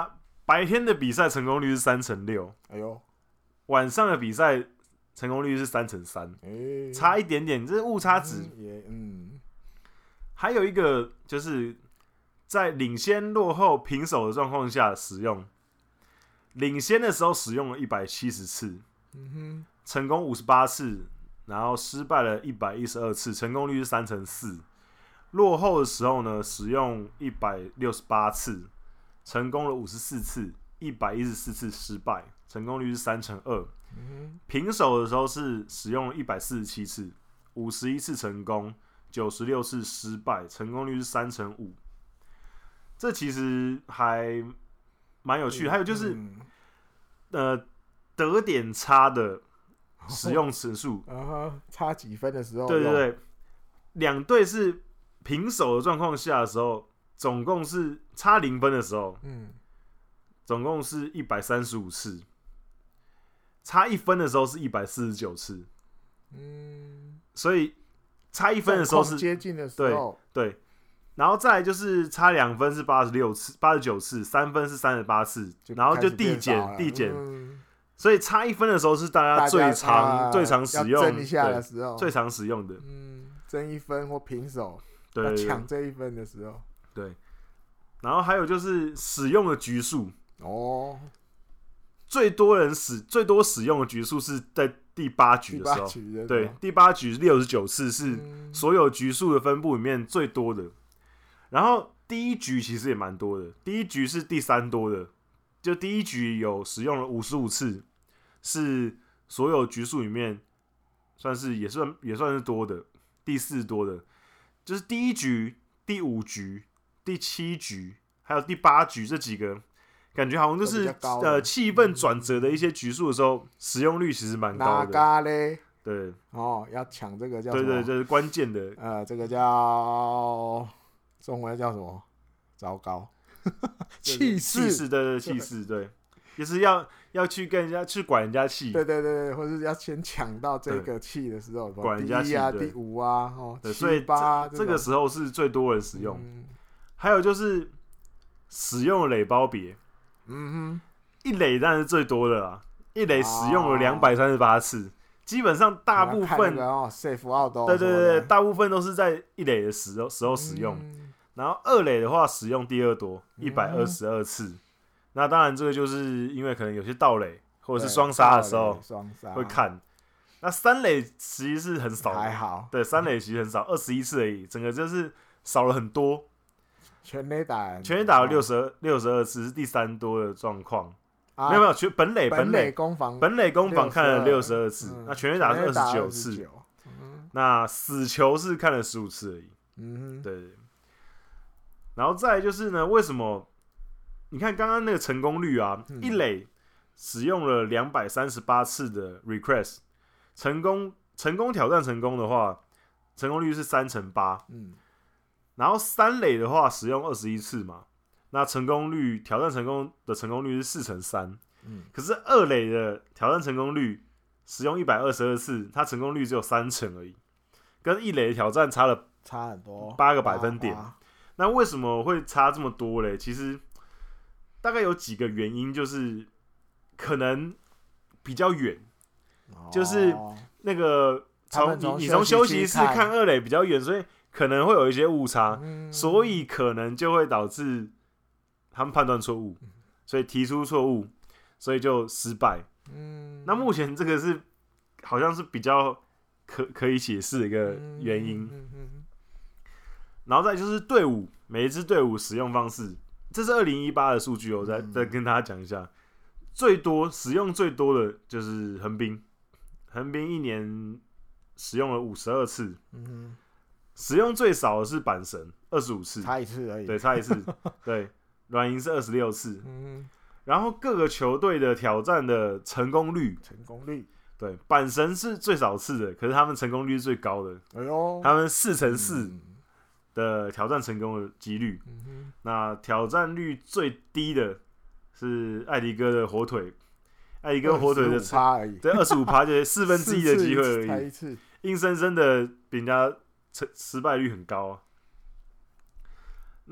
白天的比赛成功率是三成六， 哎呦， 晚上的比赛成功率是三成三， 哎， 差一点点，这是误差值。 嗯也嗯， 还有一个就是在领先、落后、平手的状况下使用，领先的时候使用了一百七十次， 嗯哼， 成功五十八次，然后失败了一百一十二次，成功率是三成四。落后的时候呢，使用一百六十八次，成功了五十四次，一百一十四次失败，成功率是三成二。 嗯平手的时候是使用了一百四十七次，五十一次成功，九十六次失败，成功率是三成五。这其实还蛮有趣的。还有就是， 嗯呃，得点差的使用次数， 啊，差几分的时候， 对对对，两队是平手的状况下的时候，总共是差零分的时候， 嗯， 总共是一百三十五次，差一分的时候是一百四十九次， 嗯， 所以差一分的时候是接近的时候， 对，然后再来就是差两分是八十六次、八十九次，三分是三十八次，然后就递减递减， 嗯， 所以差一分的时候是大家最常、呃、最常使用要争一下的时候， 最常使用的， 嗯，争一分或平手， 对对对， 抢这一分的时候， 对。然后还有就是使用的局数哦， 最多人使最多使用的局数是在第八局的时候， 第对，第八局六十九次是所有局数的分布里面最多的。然后第一局其实也蛮多的，第一局是第三多的，就第一局有使用了五十五次，是所有局数里面算是也算也算是多的，第四多的，就是第一局、第五局、第七局还有第八局这几个。感觉好像就是呃气氛转折的一些局数的时候，使用率其实蛮高的。 哪嘞？ 对， 哦，要抢这个叫对对，这是关键的。 呃，这个叫中文叫什么？糟糕，气势， 气势的气势，对，就是要要去跟人家去管人家气。 对对对，或者要先抢到这个气的时候， 管人家气啊，第五啊，哦， 所以八这个时候是最多人使用。 嗯、 还有就是使用垒包别。 嗯哼， 一垒当然是最多的啦，一垒使用了两百三十八次，哦、基本上大部分哦 safe out 对对对，大部分都是在一垒的时候时候使用，嗯、然后二垒的话使用第二多，一百二十二次。嗯、那当然这个就是因为可能有些盗垒或者是双杀的时候会看。那三垒其实是很少的， 还好， 对，三垒其实很少，二十一次而已，整个就是少了很多。 全垒打， 全垒打了六十二六十二次，是第三多的状况。啊、没有没有，全本垒本垒攻防本垒攻防看了六十二次， 嗯、 那全垒打是二十九次，嗯、那死球是看了十五次而已。嗯，对对。然后再来就是呢，为什么？你看刚刚那个成功率啊，嗯、一垒使用了两百三十八次的 request， 成功成功挑战成功的话，成功率是三成八。嗯。然后三垒的话使用二十一次嘛，那成功率挑战成功的成功率是四成三，嗯，可是二垒的挑战成功率使用一百二十二次，它成功率只有三成而已，跟一垒的挑战差了差很多八个百分点。那为什么会差这么多嘞？其实大概有几个原因，就是可能比较远，哦、就是那个从你你从休息室看二垒比较远，所以。可能会有一些误差，嗯、所以可能就会导致他们判断错误，所以提出错误，所以就失败。嗯、那目前这个是好像是比较可可以解释的一个原因。嗯嗯嗯、然后再就是队伍，每一支队伍使用方式，这是二零一八的数据，我再再跟大家讲一下。最多使用最多的就是横滨，横滨一年使用了五十二次。嗯使用最少的是阪神，二十五次， 差一次而已。 对，差一次。对，软银是二十六次。嗯，然后各个球队的挑战的成功率， 成功率， 对，阪神是最少次的，可是他们成功率是最高的。哎呦，他们四成四的挑战成功的几率。嗯、那挑战率最低的是艾迪哥的火腿，艾迪哥火腿的差而已， 对，二十五趴就是四分之一的机会而已，硬生生的比人家失败率很高啊。那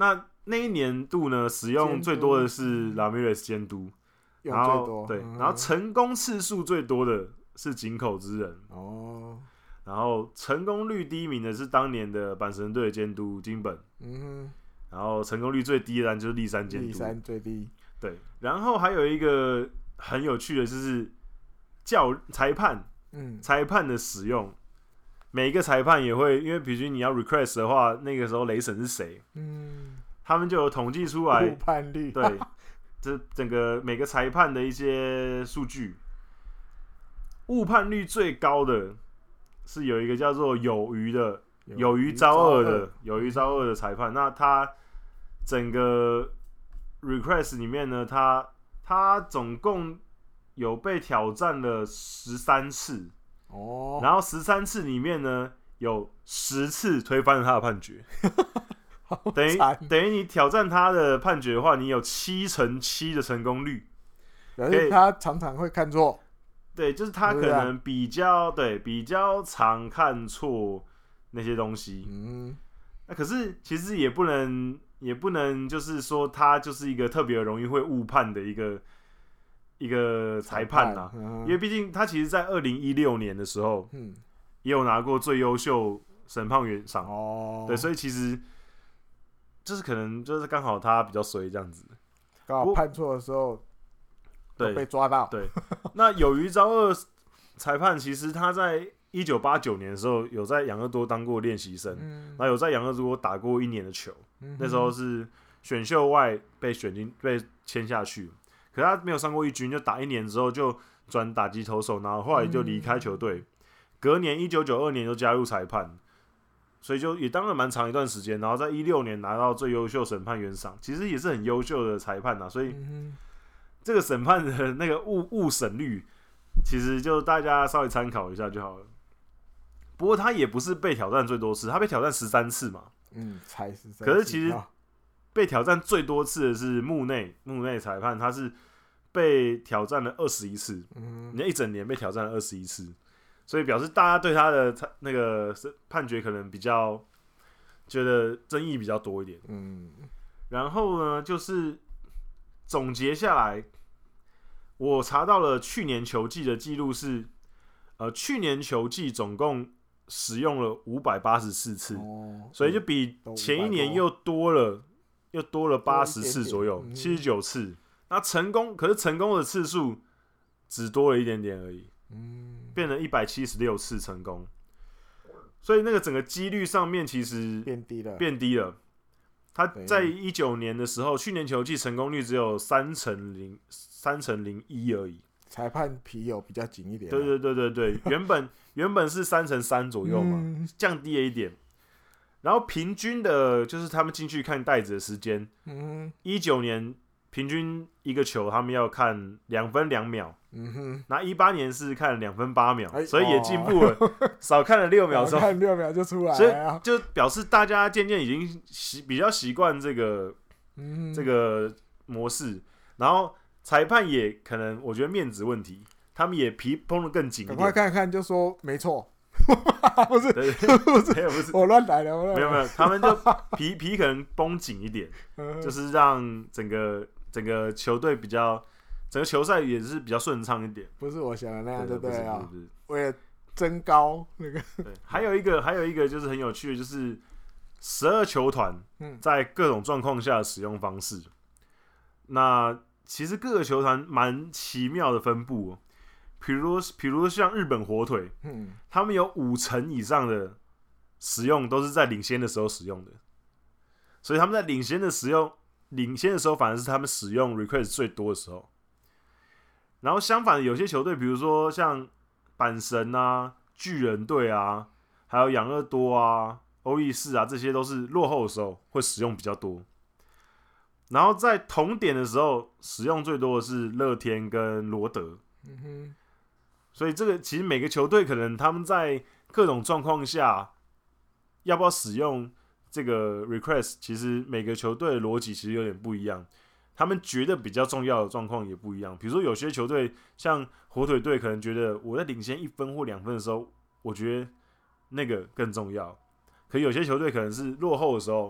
那一年度呢，使用最多的是 Ramirez 监督，然后对， 嗯、 然后成功次数最多的是井口之人哦， 然后成功率第一名的是当年的阪神队的监督金本， 嗯， 然后成功率最低的当然就是立山监督， 立山最低， 对，然后还有一个很有趣的就是教裁判， 嗯， 裁判的使用。每一个裁判也会，因为比如你要 request 的话，那个时候雷神是谁？ 嗯， 他们就有统计出来误判率， 对，这整个每个裁判的一些数据，误判率最高的是有一个叫做有余的有余招二的有余招二的裁判，那他整个 request 里面呢，他他总共有被挑战了十三次。 哦， 然后十三次里面呢，有十次推翻了他的判决，等于等于你挑战他的判决的话，你有七成七的成功率。 可是他常常会看错， 对，就是他可能比较对比较常看错那些东西。嗯，那可是其实也不能也不能就是说他就是一个特别容易会误判的一个。一个裁判啊，嗯、因为毕竟他其实，在二零一六年的时候，嗯，也有拿过最优秀审判员赏，哦，对，所以其实就是可能就是刚好他比较衰这样子， 刚好判错的时候，对，被抓到， 对。那有余招二裁判，其实他在一九八九年的时候，有在养乐多当过练习生，嗯，然后有在养乐多打过一年的球，嗯、那时候是选秀外被选进被签下去。可是他没有上过一军，就打一年之后就转打击投手，然后后来就离开球队。嗯、隔年一九九二年就加入裁判，所以就也当了蛮长一段时间。然后在一六年拿到最优秀审判员赏，其实也是很优秀的裁判呐。所以这个审判的那个误误审率，其实就大家稍微参考一下就好了。不过他也不是被挑战最多次，他被挑战十三次嘛。 嗯，才十三。 可是其实被挑战最多次的是木内木内裁判，他是被挑战了二十一次，嗯，你一整年被挑战了二十一次，所以表示大家对他的那个判决可能比较觉得争议比较多一点，嗯。然后呢，就是总结下来，我查到了去年球季的记录是，呃，去年球季总共使用了五百八十四次，哦，所以就比前一年又多了，又多了八十次左右，七十九次。那成功，可是成功的次数只多了一点点而已，嗯，变成一百七十六次成功，所以那个整个几率上面其实变低了， 变低了。他在一九年的时候，去年球季成功率只有三成零三成零一而已。 裁判皮有比较紧一点，啊， 对对对对对，原本原本是三成三左右嘛，嗯，降低了一点。然后平均的，就是他们进去看袋子的时间，嗯，一九年平均一个球他们要看两分两秒，嗯哼，那一八年是看两分八秒，欸，所以也进步了，哦，少看了六秒钟， 看六秒就出来了， 所以就表示大家渐渐已经习比较习惯这个，嗯，这个模式，然后裁判也可能我觉得面子问题，他们也皮绷得更紧一点， 赶快看看就说没错。不是， 对对不是，没有不是， 我乱来了， 没有没有，他们就皮皮可能绷紧一点，就是让整个整个球队比较，整个球赛也是比较顺畅一点。 不是我想的那样，对不对啊？为了增高那个， 对，还有一个还有一个就是很有趣的，就是十二球团在各种状况下的使用方式。嗯，那其实各个球团蛮奇妙的分布哦。比如，比如像日本火腿，嗯，他们有五成以上的使用都是在领先的时候使用的，所以他们在领先的使用，领先的时候反而是他们使用 request 最多的时候。然后相反的，有些球队，比如说像阪神啊、巨人队啊，还有养乐多啊、欧力士啊，这些都是落后的时候会使用比较多。然后在同点的时候，使用最多的是乐天跟罗德。嗯哼。所以这个其实每个球队可能他们在各种状况下要不要使用这个 request， 其实每个球队的逻辑其实有点不一样，他们觉得比较重要的状况也不一样。比如说有些球队像火腿队可能觉得我在领先一分或两分的时候，我觉得那个更重要。可有些球队可能是落后的时候，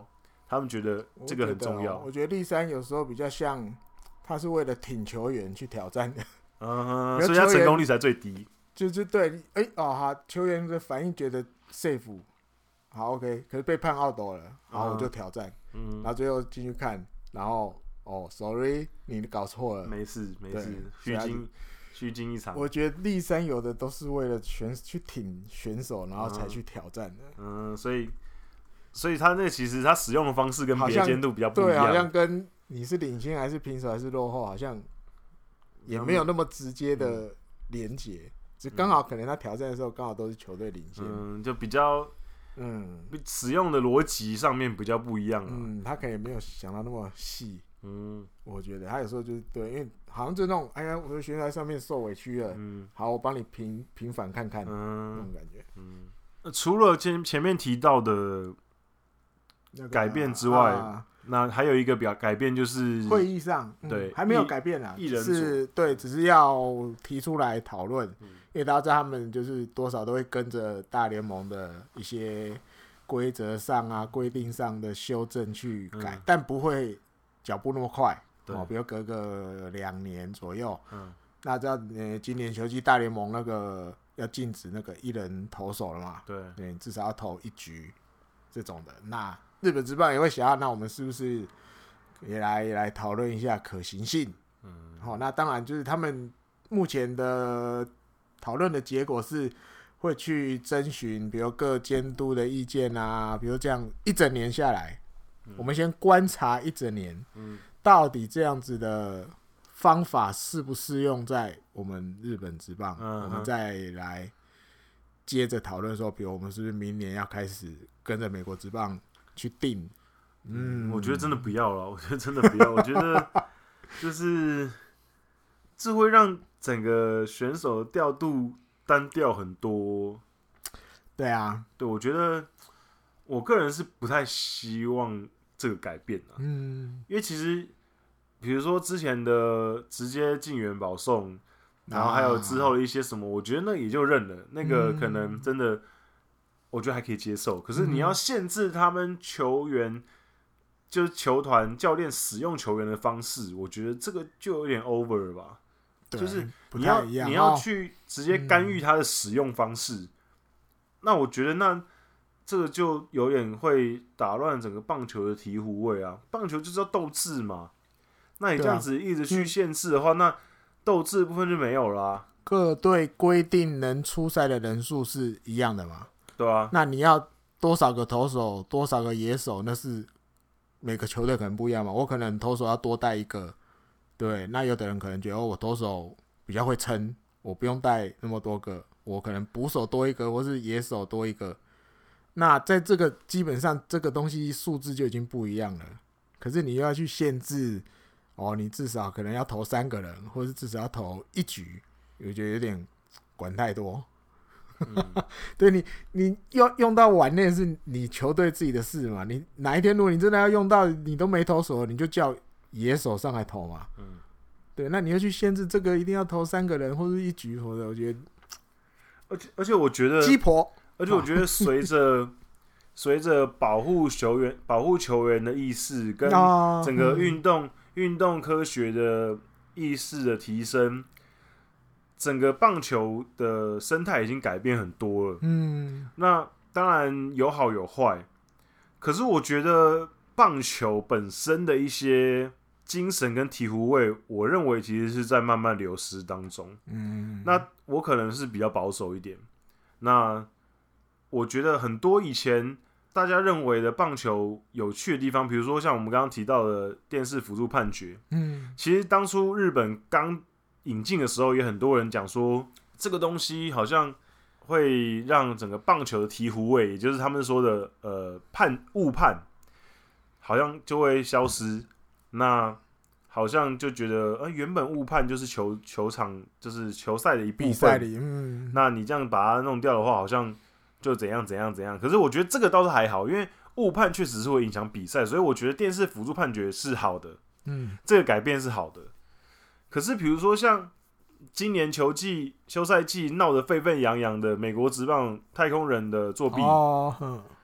他们觉得这个很重要。 我觉得立山有时候比较像，他是为了挺球员去挑战的， 嗯，所以他成功率才最低。 就是对，哎、欸、哦哈，球员的反应觉得 safe， 好 OK， 可是被判out斗了，然后我就挑战，嗯，然后最后进去看，然后哦 ，sorry， 你搞错了， 没事没事，虚惊虚惊一场。 我觉得立山有的都是为了选去挺选手，然后才去挑战的， 嗯，嗯所以所以他那其实他使用的方式跟别的监督比较不一样， 对，好像跟你是领先还是平手还是落后，好像也没有那么直接的连结。只刚好可能他挑战的时候刚好都是球队领先， 嗯，就比较，嗯，使用的逻辑上面比较不一样啊。 嗯，他可能也没有想到那么细，嗯，我觉得他有时候就是对，因为好像就那种，哎呀，我的选手在上面受委屈了，嗯，好，我帮你平平反看看，嗯，那种感觉， 嗯，除了前前面提到的改变之外。啊那还有一个表改变就是会议上，嗯、 对， 还没有改变啊，只是对，只是要提出来讨论，嗯、因为大家知道他们就是多少都会跟着大联盟的一些规则上啊、规定上的修正去改，嗯、但不会脚步那么快，哦，比如隔个两年左右。嗯，那知道呃，今年球季大联盟那个要禁止那个一人投手了嘛？ 对， 对，至少要投一局这种的。那日本职棒也会想要，那我们是不是也来也来讨论一下可行性？嗯，好、哦，那当然就是他们目前的讨论的结果是会去征询，比如各监督的意见啊，比如这样一整年下来，嗯、我们先观察一整年，嗯，到底这样子的方法适不适用在我们日本职棒？嗯、我们再来接着讨论说，比如我们是不是明年要开始跟着美国职棒？去定， 嗯，我觉得真的不要了，我觉得真的不要，我觉得就是这会让整个选手的调度单调很多。 对啊， 对，我觉得我个人是不太希望这个改变啊，嗯，因为其实比如说之前的直接进园保送，然后还有之后的一些什么，我觉得那也就认了，那个可能真的。我觉得还可以接受，可是你要限制他们球员，嗯、就是球团教练使用球员的方式，我觉得这个就有点 over 了吧。就是你要你要去直接干预他的使用方式，嗯、那我觉得那这个就有点会打乱整个棒球的醍醐味啊。棒球就是要斗智嘛，那你这样子一直去限制的话，啊、那斗智的部分就没有啦，啊。 各队规定能出赛的人数是一样的嘛？ 对啊， 那你要多少个投手，多少个野手，那是每个球队可能不一样嘛。我可能投手要多带一个，对，那有的人可能觉得、哦、我投手比较会撑，我不用带那么多个，我可能捕手多一个，或是野手多一个。那在这个基本上这个东西数字就已经不一样了。可是你又要去限制，哦，你至少可能要投三个人，或是至少要投一局，我觉得有点管太多。嗯、对你，你用用到晚那是你球队自己的事嘛。你哪一天如果你真的要用到，你都没投手，你就叫野手上来投嘛。嗯，对，那你要去限制这个一定要投三个人或者一局或者，我觉得， 而且而且我觉得鸡婆， 而且我觉得随着随着保护球员保护球员的意识跟整个运动运、嗯、动科学的意识的提升。整个棒球的生态已经改变很多了，嗯，那当然有好有坏，可是我觉得棒球本身的一些精神跟醍醐味，我认为其实是在慢慢流失当中，嗯，那我可能是比较保守一点，那我觉得很多以前大家认为的棒球有趣的地方，比如说像我们刚刚提到的电视辅助判决，嗯，其实当初日本刚引进的时候，也很多人讲说，这个东西好像会让整个棒球的醍醐味，也就是他们说的呃判误判，好像就会消失。那好像就觉得，呃，原本误判就是球球场，就是球赛的一部分。比赛里，嗯，那你这样把它弄掉的话，好像就怎样怎样怎样。可是我觉得这个倒是还好，因为误判确实是会影响比赛，所以我觉得电视辅助判决是好的，嗯，这个改变是好的。可是，比如说像今年球季休赛季闹得沸沸扬扬的美国职棒太空人的作弊，哦、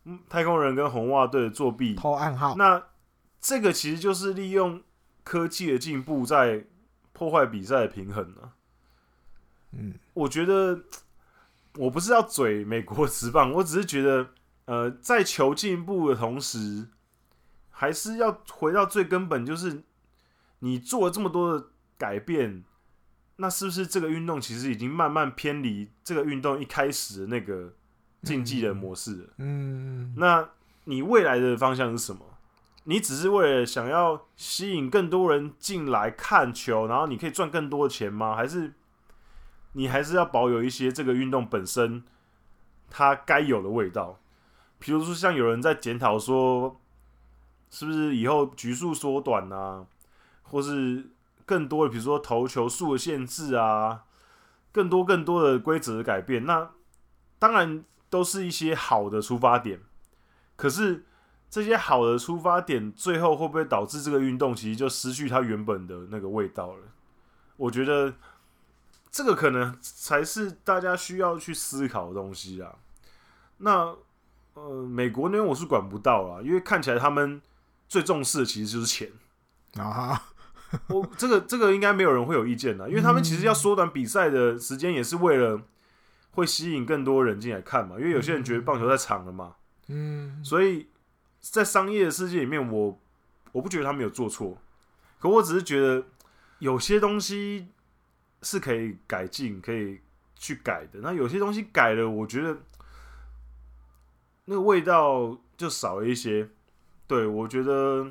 太空人跟红袜队的作弊偷暗号， 那这个其实就是利用科技的进步在破坏比赛的平衡啊。 嗯， 我觉得我不是要嘴美国职棒，我只是觉得，呃，在求进步的同时，还是要回到最根本，就是你做了这么多的改变，那是不是这个运动其实已经慢慢偏离这个运动一开始的那个竞技的模式了？ 嗯， 那你未来的方向是什么？你只是为了想要吸引更多人进来看球，然后你可以赚更多的钱吗？还是你还是要保有一些这个运动本身它该有的味道？比如说，像有人在检讨说，是不是以后局数缩短啊，或是更多的，比如说投球数的限制啊，更多更多的规则的改变？那当然都是一些好的出发点，可是这些好的出发点，最后会不会导致这个运动其实就失去它原本的那个味道了？我觉得这个可能才是大家需要去思考的东西啦。那呃，美国那边我是管不到啦，因为看起来他们最重视的其实就是钱啊。 我这个这个应该没有人会有意见啦，因为他们其实要缩短比赛的时间，也是为了会吸引更多人进来看嘛。因为有些人觉得棒球太长了嘛， 嗯， 所以在商业的世界里面，我我不觉得他们有做错，可我只是觉得有些东西是可以改进、可以去改的。那有些东西改了，我觉得那个味道就少了一些。对，我觉得，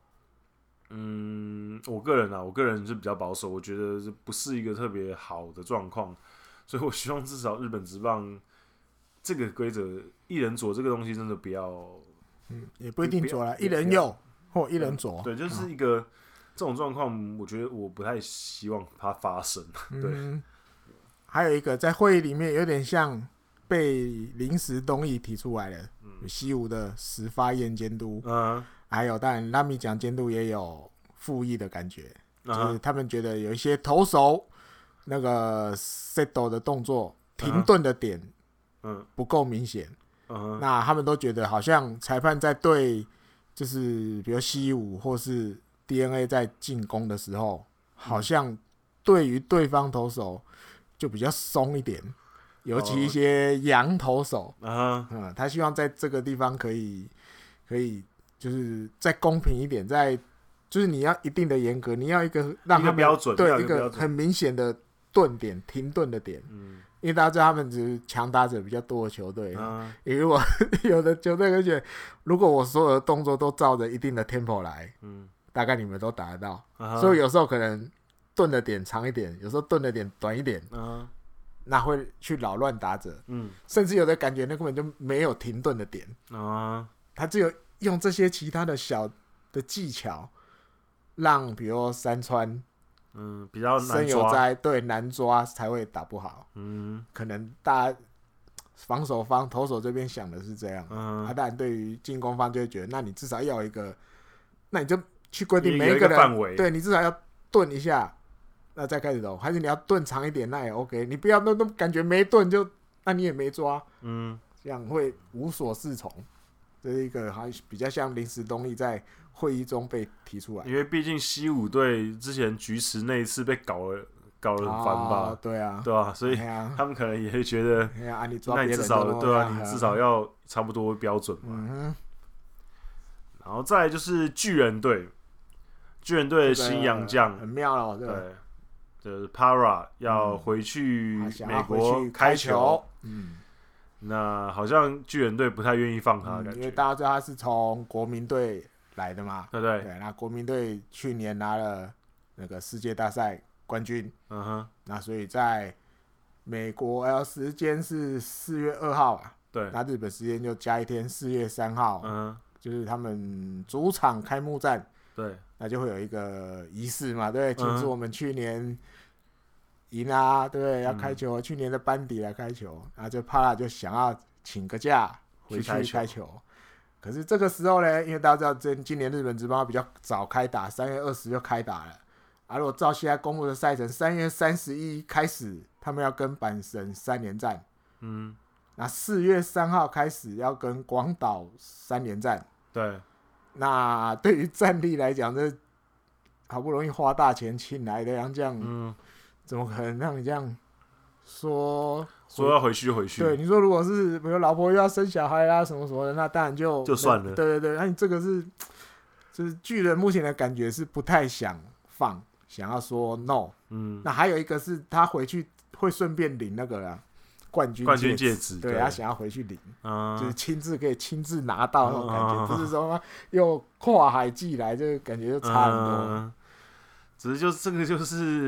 嗯，我个人啊，我个人是比较保守，我觉得这不是一个特别好的状况，所以我希望至少日本职棒这个规则，一人左这个东西真的不要， 嗯，也不一定左啦，一人右或一人左， 对，就是一个、嗯、这种状况，我觉得我不太希望它发生。对， 嗯，还有一个在会议里面有点像被临时动议提出来的，嗯、西武的十发验监督，嗯，还有当然拉米奖监督也有复议的感觉，嗯、就是他们觉得有一些投手那个 settle 的动作停顿的点，嗯，不够明显，嗯，那他们都觉得好像裁判在对，就是比如西武或是 D N A 在进攻的时候，好像对于对方投手就比较松一点。尤其一些洋投手，哦嗯、他希望在这个地方可以，可以就是再公平一点，在就是你要一定的严格，你要一个让他们一个标准， 对一个很明显的顿点、停顿的点。嗯，因为大家知道他们只是强打者比较多的球队，嗯，如果有的球队而且如果我所有的动作都照着一定的 tempo 来，嗯，大概你们都打得到，嗯、所以有时候可能顿的点长一点，有时候顿的点短一点，嗯。那会去扰乱打者，嗯，甚至有的感觉那根本就没有停顿的点啊，他只有用这些其他的小的技巧，让比如山川， 嗯，比较深有在对难抓才会打不好，嗯，可能大家防守方投手这边想的是这样，嗯，啊，当然对于进攻方就会觉得，那你至少要有一个，那你就去规定每一个人范围， 对你至少要顿一下。那再开始投，还是你要顿长一点，那也 OK。你不要那那感觉没顿就，那你也没抓，嗯，这样会无所适从。这是一个还比较像临时动议在会议中被提出来。 因为毕竟西武队之前菊池那一次被搞了，搞得很烦吧、 哦？对啊， 对啊，所以他们可能也会觉得， 哎呀、啊，你抓那你至少对啊，你至少要差不多标准嘛。嗯、然后再来就是巨人队，巨人队的新洋将、 这个、很妙了，对。 对就是 Para 要回去美国开球，嗯，那好像巨人队不太愿意放他的感觉、 嗯，因为大家知道他是从国民队来的嘛， 对不对？ 对，那国民队去年拿了那个世界大赛冠军，嗯哼，那所以在美国呃时间是四月二号啊， 对， 那日本时间就加一天，四月三号，嗯，就是他们主场开幕战。 对， 那就会有一个仪式嘛，对，庆祝我们去年赢啊，对不对？要开球，嗯、去年的班底来开球，然后就帕拉就想要请个假回去开球。可是这个时候呢，因为大家知道，今今年日本职棒比较早开打，三月二十就开打了。啊，如果照现在公布的赛程，三月三十一开始，他们要跟阪神三连战。嗯， 那四月三号开始要跟广岛三连战。 对， 那对于战力来讲，这好不容易花大钱请来的洋将， 嗯， 怎么可能让你这样说？ 说要回去就回去。 对，你说如果是比如老婆又要生小孩啦什么什么的，那当然就就算了。 对对对，那你这个是，就是巨人目前的感觉是不太想放，想要说 no。嗯，那还有一个是他回去会顺便领那个啦。冠军冠军戒指， 对，对他想要回去领， 嗯、 就是亲自可以亲自拿到那种感觉，嗯、不是说又跨海寄来，这个感觉就差很多。 嗯、只是就这个就是，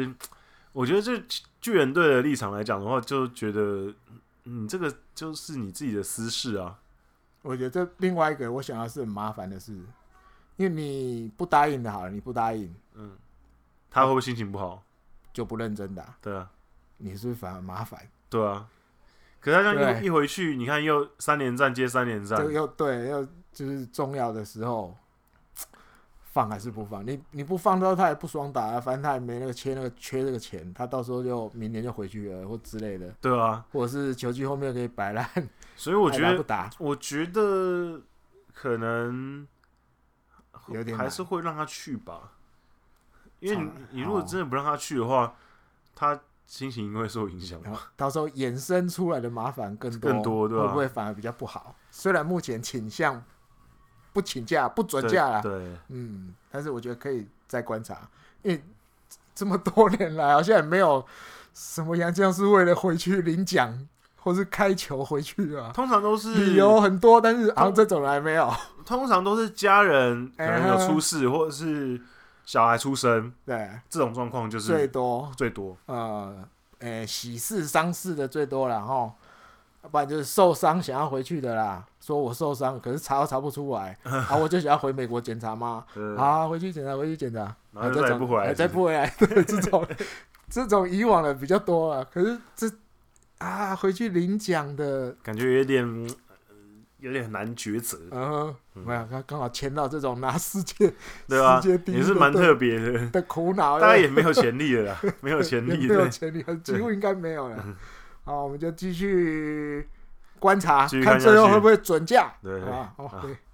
我觉得这巨人队的立场来讲的话，就觉得你、嗯、这个就是你自己的私事啊。 我觉得这另外一个我想要是很麻烦的事，因为你不答应的好了，你不答应， 嗯，他会不会心情不好？ 就不认真的、啊， 对啊， 你是不是反而麻烦？ 对啊。可是他这样一回去，你看又三连战接三连战， 又对，又就是重要的时候放还是不放？你你不放到他也不爽打、啊，反正他也没那个缺那个缺这个钱，他到时候就明年就回去了或之类的。 对啊， 或者是球季后面可以摆烂。 所以我觉得不打， 我觉得可能有点还是会让他去吧，因为 你, 你如果真的不让他去的话，他。心情应该会受影响， 到时候衍生出来的麻烦更多， 更多对吧？ 会不会反而比较不好？虽然目前倾向不请假、不准假啦， 对， 嗯，但是我觉得可以再观察，因为这么多年来好像也没有什么洋将是为了回去领奖或是开球回去啊。 通常都是理由很多，但是好像这种人还没有。 通常都是家人可能有出事，或者是。小孩出生， 对这种状况就是最多最多。 呃，诶、欸，喜事丧事的最多了哈，要不然就是受伤想要回去的啦。说我受伤，可是查都查不出来，啊，我就想要回美国检查嘛，好，回去检查，回去检查， 然后再不回来， 再不回来，对，这种这种以往的比较多啊。可是这啊，回去领奖的感觉有点。有点很难抉择， 嗯，没有，他刚好签到这种拿世界， 对吧？ 世界第一也是蛮特别的的苦恼， 大概也没有潜力了啦，没有潜力， 没有潜力，几乎应该没有了。好，我们就继续观察， 看, 看最后会不会准价， 对啊，好，对。啊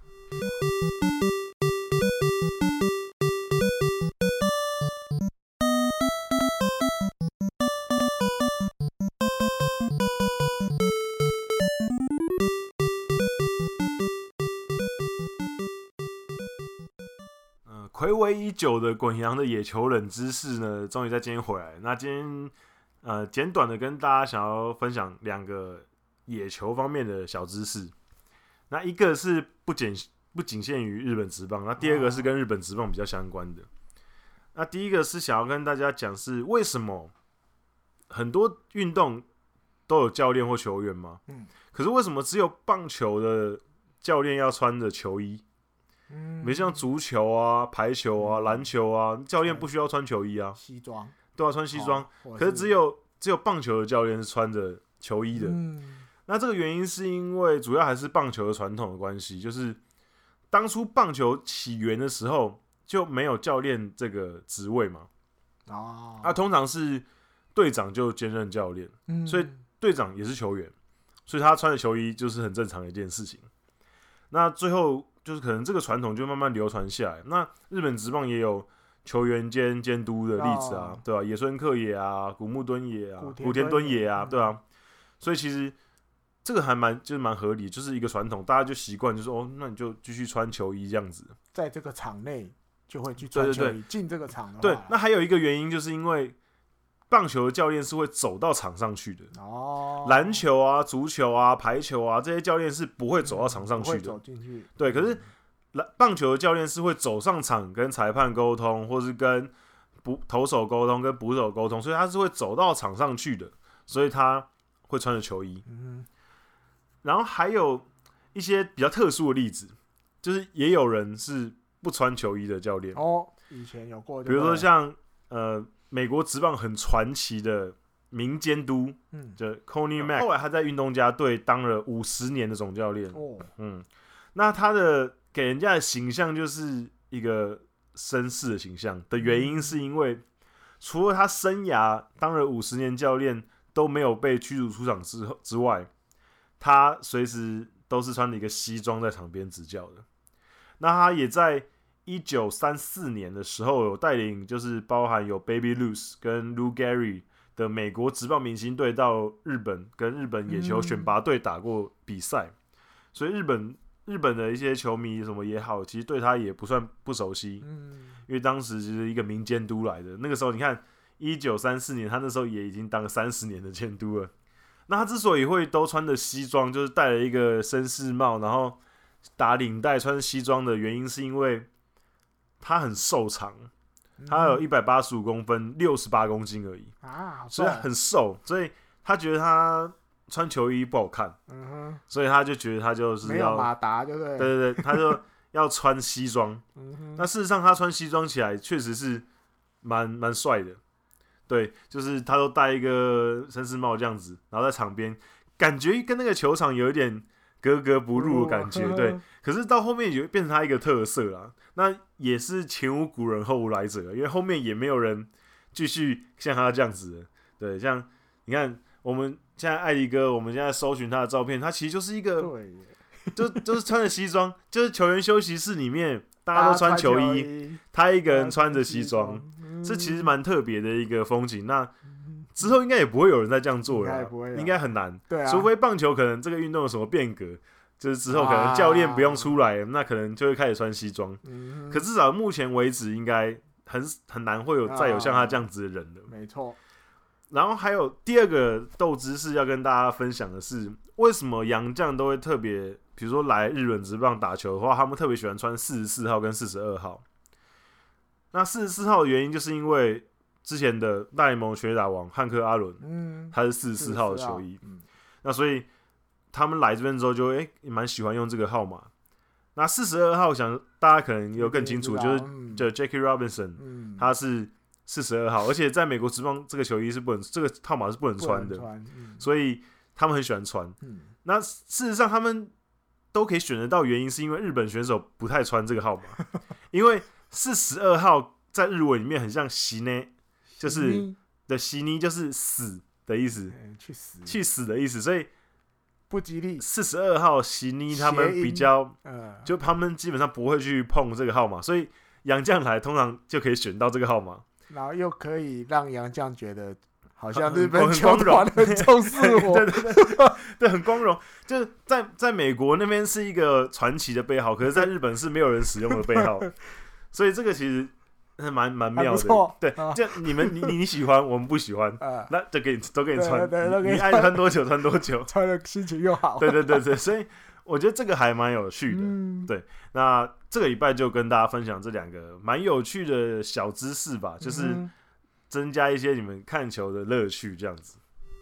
睽违已久的滚羊的野球冷知识呢，终于在今天回来。那今天呃，简短的跟大家想要分享两个野球方面的小知识。那一个是不仅不仅限于日本职棒，那第二个是跟日本职棒比较相关的。那第一个是想要跟大家讲是为什么很多运动都有教练或球员吗？嗯，可是为什么只有棒球的教练要穿着球衣？没像足球啊、排球啊、篮球啊，教练不需要穿球衣啊， 西装对啊，穿西装。哦、可是只有只有棒球的教练是穿着球衣的。嗯、那这个原因是因为主要还是棒球的传统的关系，就是当初棒球起源的时候就没有教练这个职位嘛。哦，啊，通常是队长就兼任教练，嗯、所以队长也是球员，所以他穿着球衣就是很正常的一件事情。那最后。就是可能这个传统就慢慢流传下来。那日本职棒也有球员兼监督的例子啊，哦、对吧、啊？野村克也啊，古木敦也啊，古田敦也啊，对啊。所以其实这个还蛮就是蛮合理，就是一个传统，大家就习惯就是哦，那你就继续穿球衣这样子， 在这个场内就会去穿球衣进这个场的话。 对，那还有一个原因就是因为。棒球的教练是会走到场上去的，哦，篮球啊、足球啊、排球啊这些教练是不会走到场上去的，嗯、 走进去。 对，可是棒球的教练是会走上场跟裁判沟通，或是跟投手沟通、跟捕手沟通，所以他是会走到场上去的，所以他会穿着球衣。嗯，然后还有一些比较特殊的例子，就是也有人是不穿球衣的教练。 哦，以前有过， 比如说像呃。美国职棒很传奇的名监督，嗯，就 Connie Mack， 后来他在运动家队当了五十年的总教练，哦，嗯，那他的给人家的形象就是一个绅士的形象的原因，是因为除了他生涯当了五十年教练都没有被驱逐出场之之外， 他随时都是穿了一个西装在场边执教的。那他也在一九三四年的时候有带领，就是包含有 Baby Ruth 跟 Lou Gehrig 的美国职棒明星队到日本跟日本野球选拔队打过比赛，嗯、所以日本日本的一些球迷什么也好，其实对他也不算不熟悉，嗯、因为当时就是一个民监督来的。那个时候你看，一九三四年他那时候也已经当了三十年的监督了。那他之所以会都穿的西装，就是戴了一个绅士帽，然后打领带穿西装的原因，是因为他很瘦长，他有一百八十五公分，六十八公斤而已啊， 所以很瘦，所以他觉得他穿球衣不好看，嗯哼，所以他就觉得他就是要没有马达，对不对？ 对对对，他就要穿西装。嗯、那事实上，他穿西装起来确实是蛮蛮帅的。对，就是他都戴一个绅士帽这样子，然后在场边，感觉跟那个球场有一点格格不入的感觉。哦、对，可是到后面也变成他一个特色啦。那也是前无古人后无来者，因为后面也没有人继续像他这样子的。对，像你看，我们现在艾迪哥，我们现在搜寻他的照片，他其实就是一个，就就是穿着西装，就是球员休息室里面大家都穿球衣，球衣他一个人穿着西装。这其实蛮特别的一个风景。那之后应该也不会有人再这样做了，应该很难。 对啊， 除非棒球可能这个运动有什么变革，就是之后可能教练不用出来，啊、那可能就会开始穿西装。嗯、可至少目前为止，应该很很难会有再有像他这样子的人了。 啊、没错。 然后还有第二个斗知识要跟大家分享的是，为什么洋将都会特别，比如说来日本职棒打球的话，他们特别喜欢穿四十四号跟四十二号。那四十四号的原因，就是因为之前的大联盟全垒打王汉克阿伦，嗯，他是四十四号的球衣，嗯、那所以他们来这边之后就哎蛮、欸、喜欢用这个号码。那四十二号，想大家可能有更清楚，就是就 Jackie Robinson，、嗯、他是四十二号，而且在美国职棒这个球衣是不能，这个号码是不能穿的， 穿嗯、 所以他们很喜欢穿。嗯、那事实上他们都可以选得到，原因是因为日本选手不太穿这个号码，因为四十二号在日文里面很像西呢，就是的西呢就是死的意思， 嗯、去死去死的意思，所以不吉利。 四十二号西呢他们比较，呃、就他们基本上不会去碰这个号码，所以洋将来通常就可以选到这个号码， 然后又可以让洋将觉得好像日本球团很重视我， 对对对，对，很光荣。就是在在美国那边是一个传奇的背号，可是在日本是没有人使用的背号。所以这个其实蛮蛮妙的，对， 啊、 就你们你你喜欢，我们不喜欢，啊、那就给你都给你穿， 对对对， 你爱穿多久穿多久， 穿的心情又好。 对对对对，所以我觉得这个还蛮有趣的。嗯、对，那这个礼拜就跟大家分享这两个蛮有趣的小知识吧，就是增加一些你们看球的乐趣，这样子。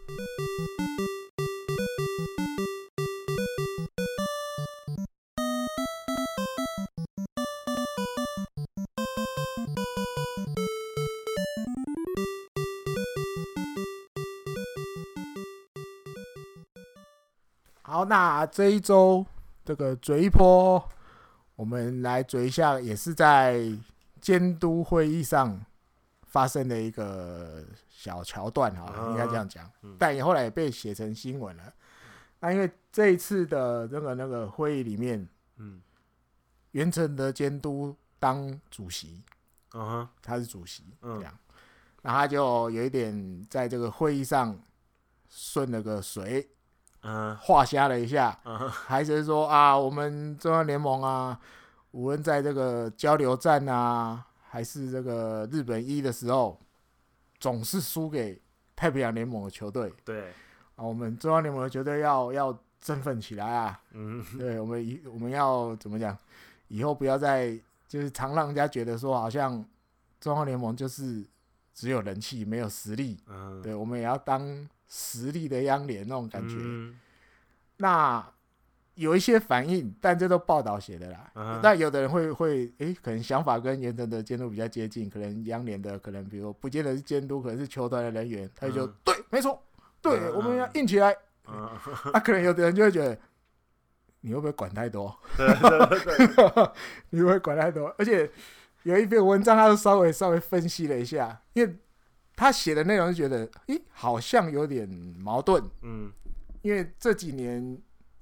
好，那这一周这个嘴一波，我们来嘴一下，也是在监督会议上发生的一个小桥段哈，应该这样讲。嗯、但也后来也被写成新闻了。那因为这一次的那个那个会议里面，嗯，袁成德监督当主席，嗯哼，他是主席，这样，那他就有一点在这个会议上顺了个水。嗯，画瞎了一下，嗯、还是说啊，我们中央联盟啊，无论在这个交流战啊，还是这个日本一的时候，总是输给太平洋联盟的球队。 对， 啊，我们中央联盟的球队要要振奋起来啊！嗯，对，我们我们要怎么讲？以后不要再就是常让人家觉得说，好像中央联盟就是只有人气没有实力。嗯，对，我们也要当实力的央联那种感觉。嗯、那有一些反应，但这都报道写的啦。Uh huh. 但有的人会会诶，可能想法跟袁成德监督比较接近，可能央联的可能比如不见得是监督，可能是球团的人员，他就、uh huh. 对，没错，对，uh huh. 我们要硬起来。那、uh huh. 啊、可能有的人就会觉得，你会不会管太多？你会不会管太多？而且有一篇文章，他就稍微稍微分析了一下，因为他写的内容就觉得，诶，好像有点矛盾。嗯，因为这几年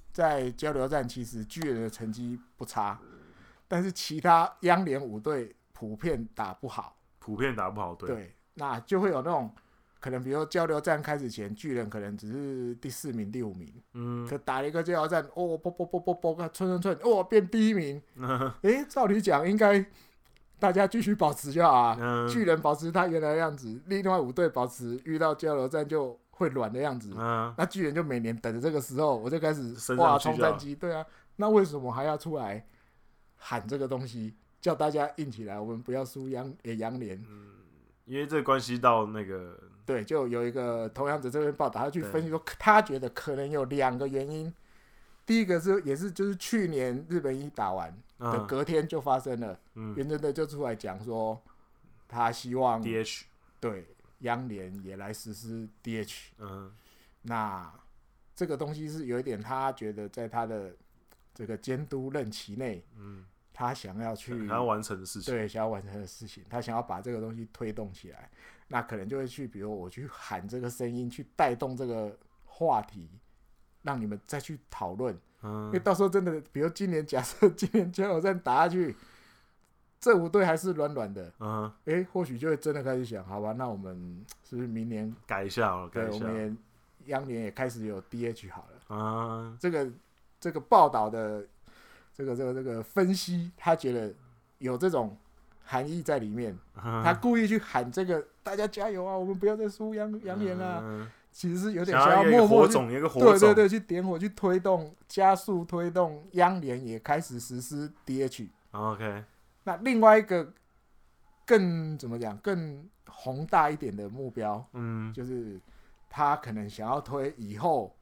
在交流战其实巨人的成绩不差，但是其他央联五队普遍打不好， 普遍打不好，对， 对，那就会有那种可能，比如交流战开始前，巨人可能只是第四名、第五名，嗯，可打了一个交流战，哦，啵啵啵啵啵，寸寸寸，哦，变第一名，哎、欸，照理讲应该大家继续保持就好啊，嗯、巨人保持他原来的样子，另外五队保持遇到交流战就会软的样子，嗯、那巨人就每年等着这个时候，我就开始哇冲战绩，对啊，那为什么还要出来喊这个东西，叫大家硬起来，我们不要输央也央联， 嗯，因为这关系到那个。 对，就有一个同样的这篇报道，他去分析说，他觉得可能有两个原因。第一个是，也是就是去年日本一打完的隔天就发生了，嗯、袁真的就出来讲说，他希望 D H 对央联也来实施 D H。嗯，那这个东西是有一点，他觉得在他的这个监督任期内，嗯，他想要去想要完成的事情， 对，想要完成的事情，他想要把这个东西推动起来。那可能就会去，比如我去喊这个声音，去带动这个话题，让你们再去讨论。嗯，因为到时候真的，比如今年假设今年交流战打下去，这五队还是软软的，嗯，哎、欸，或许就会真的开始想，好吧，那我们是不是明年改一下好了？ 对，我们也央联也开始有 D H 好了。 啊， 这个这个报道的这个这个这个分析，他觉得有这种含义在里面，他故意去喊这个，大家加油啊！我们不要再输央央联啦。嗯、其实是有点想要默默去，对对对，去点火，去推动，加速推动央联也开始实施 D H。OK。那另外一个更怎么讲，更宏大一点的目标，嗯，就是他可能想要推以后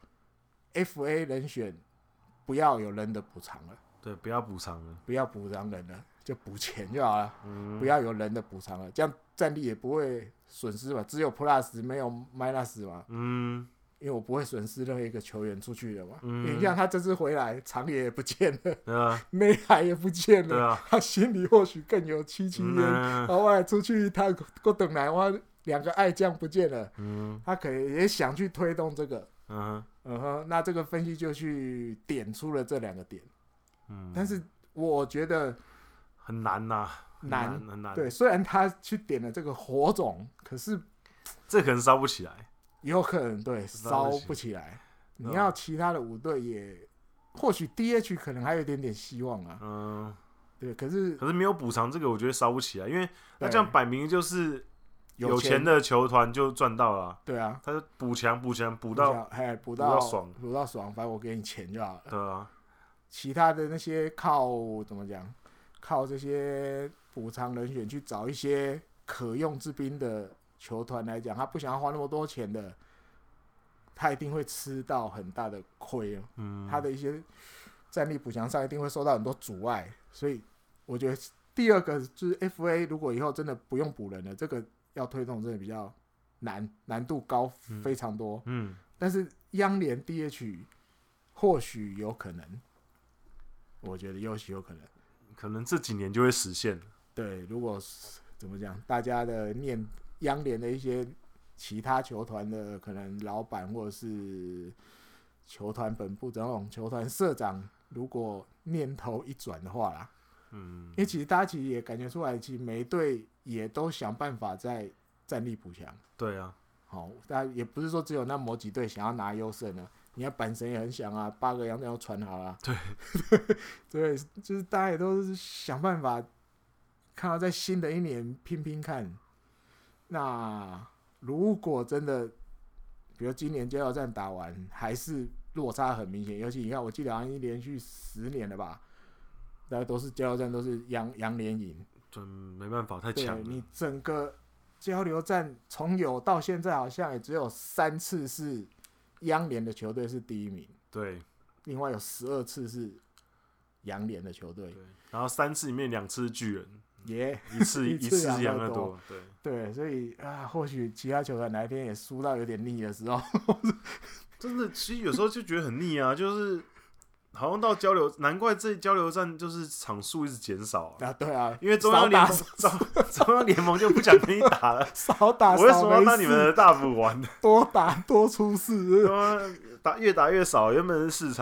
F A 人选不要有人的补偿了， 对，不要补偿了， 不要补偿人了。就补钱就好了，嗯、不要有人的补偿了，这样战力也不会损失嘛。只有 plus 没有 minus 嘛，嗯，因为我不会损失任何一个球员出去的嘛。嗯、你像他这次回来，长野也不见了，对啊，内海也不见了，啊、他心里或许更有戚戚焉。然后后来出去，他过等来哇，两个爱将不见了，嗯、他可能也想去推动这个，嗯嗯哼，那这个分析就去点出了这两个点，嗯，但是我觉得。 很难呐、啊， 难很难。 对，虽然他去点了这个火种，可是这可能烧不起来， 有可能对烧不起来。你要其他的五队也，或许 D H 可能还有一点点希望啊。嗯，对，可是可是没有补偿这个，我觉得烧不起来，因为那这样摆明就是有钱的球团就赚到了、啊。 对啊， 他就补强补强补到， 哎，补到爽， 补到爽，反正我给你钱就好了。 对啊， 其他的那些靠怎么讲？靠这些补偿人选去找一些可用之兵的球团来讲，他不想要花那么多钱的，他一定会吃到很大的亏、嗯、他的一些战力补强上一定会受到很多阻碍，所以我觉得第二个就是 F A 如果以后真的不用补人了，这个要推动真的比较难，难度高非常多。嗯，嗯但是央联 D H 或许有可能，我觉得或许有可能。 可能这几年就会实现。 对，如果怎么讲，大家的念央联的一些其他球团的可能老板或者是球团本部这种球团社长，如果念头一转的话啦，嗯，因为其实大家其实也感觉出来，其实每一队也都想办法在战力补强。 对啊， 好，大家也不是说只有那某几队想要拿优胜了。你看阪神也很想啊，八个洋将都传好了。 对， 对，就是大家也都是想办法，看到在新的一年拼拼看。那如果真的，比如今年交流战打完，还是落差很明显，尤其你看，我记得好像已经连续十年了吧，大家都是交流战都是洋洋联赢， 真没办法，太强了。 你整个交流战从有到现在，好像也只有三次是。央联的球队是第一名， 对， 另外有十二次是洋联的球队， 然后三次里面两次是巨人， 耶、 yeah, ，一次一次是洋乐多，对对，所以啊，或许其他球队哪一天也输到有点腻的时候， 真的，其实有时候就觉得很腻啊，就是好像到交流，难怪这交流战就是场数一直减少啊，啊，对啊， 因为中央联盟中央联盟就不想跟你打了， 少打少没事， 我为什么要当你们的大补丸？ 多打多出事， 打越打越少，原本是市场，然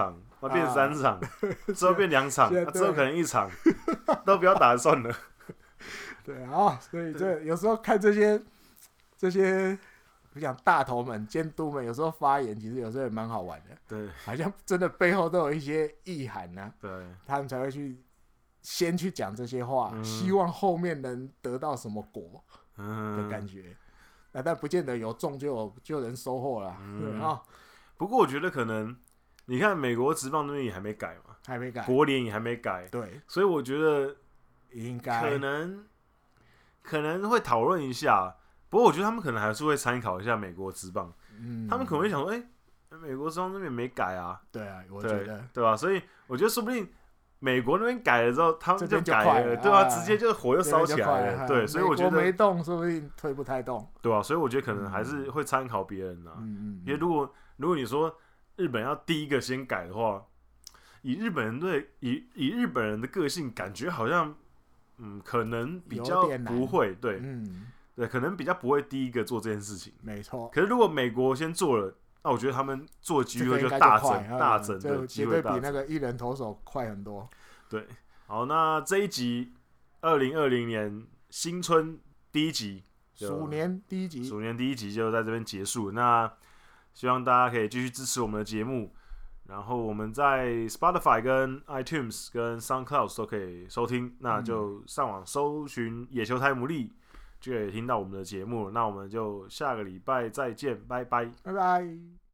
啊变三场，之后变两场， 现在啊之后可能一场，都不要打算了。 对啊，所以这有时候看这些这些，我讲大头们、监督们，有时候发言其实有时候也蛮好玩的。 对， 好像真的背后都有一些意涵呢、啊。 对， 他们才会去先去讲这些话， 嗯、 希望后面能得到什么果的感觉。嗯那但不见得有中就有就能收获了，嗯、对啊。 不过我觉得可能，你看美国职棒那边也还没改嘛， 还没改， 国联也还没改， 对， 所以我觉得应该可能可能会讨论一下。不过我觉得他们可能还是会参考一下美国职棒，嗯，他们可能会想说，哎、欸，美国职棒那边没改啊， 对啊，我觉得对吧？所以我觉得说不定。美国那边改了之后，他们就改了， 了对吧、啊？ 啊、 直接就火又烧起来了，对，所以我觉得美国没动，说不定推不太动， 对吧、啊？所以我觉得可能还是会参考别人啦。嗯嗯。因为如果如果你说日本要第一个先改的话，以日本人对以以日本人的个性，感觉好像嗯，可能比较不会，对，嗯，对，可能比较不会第一个做这件事情， 没错。 可是如果美国先做了。那我觉得他们做的机会就大增， 这大增的机会大增， 绝对比那个一人投手快很多。 对，好，那这一集二零二零年新春第一集， 鼠年第一集， 鼠年第一集就在这边结束。那希望大家可以继续支持我们的节目，然后我们在 Spotify、跟 iTunes、跟 SoundCloud 都可以收听，那就上网搜寻野球台牡蛎。就可以听到我们的节目，那我们就下个礼拜再见，拜拜， 拜拜。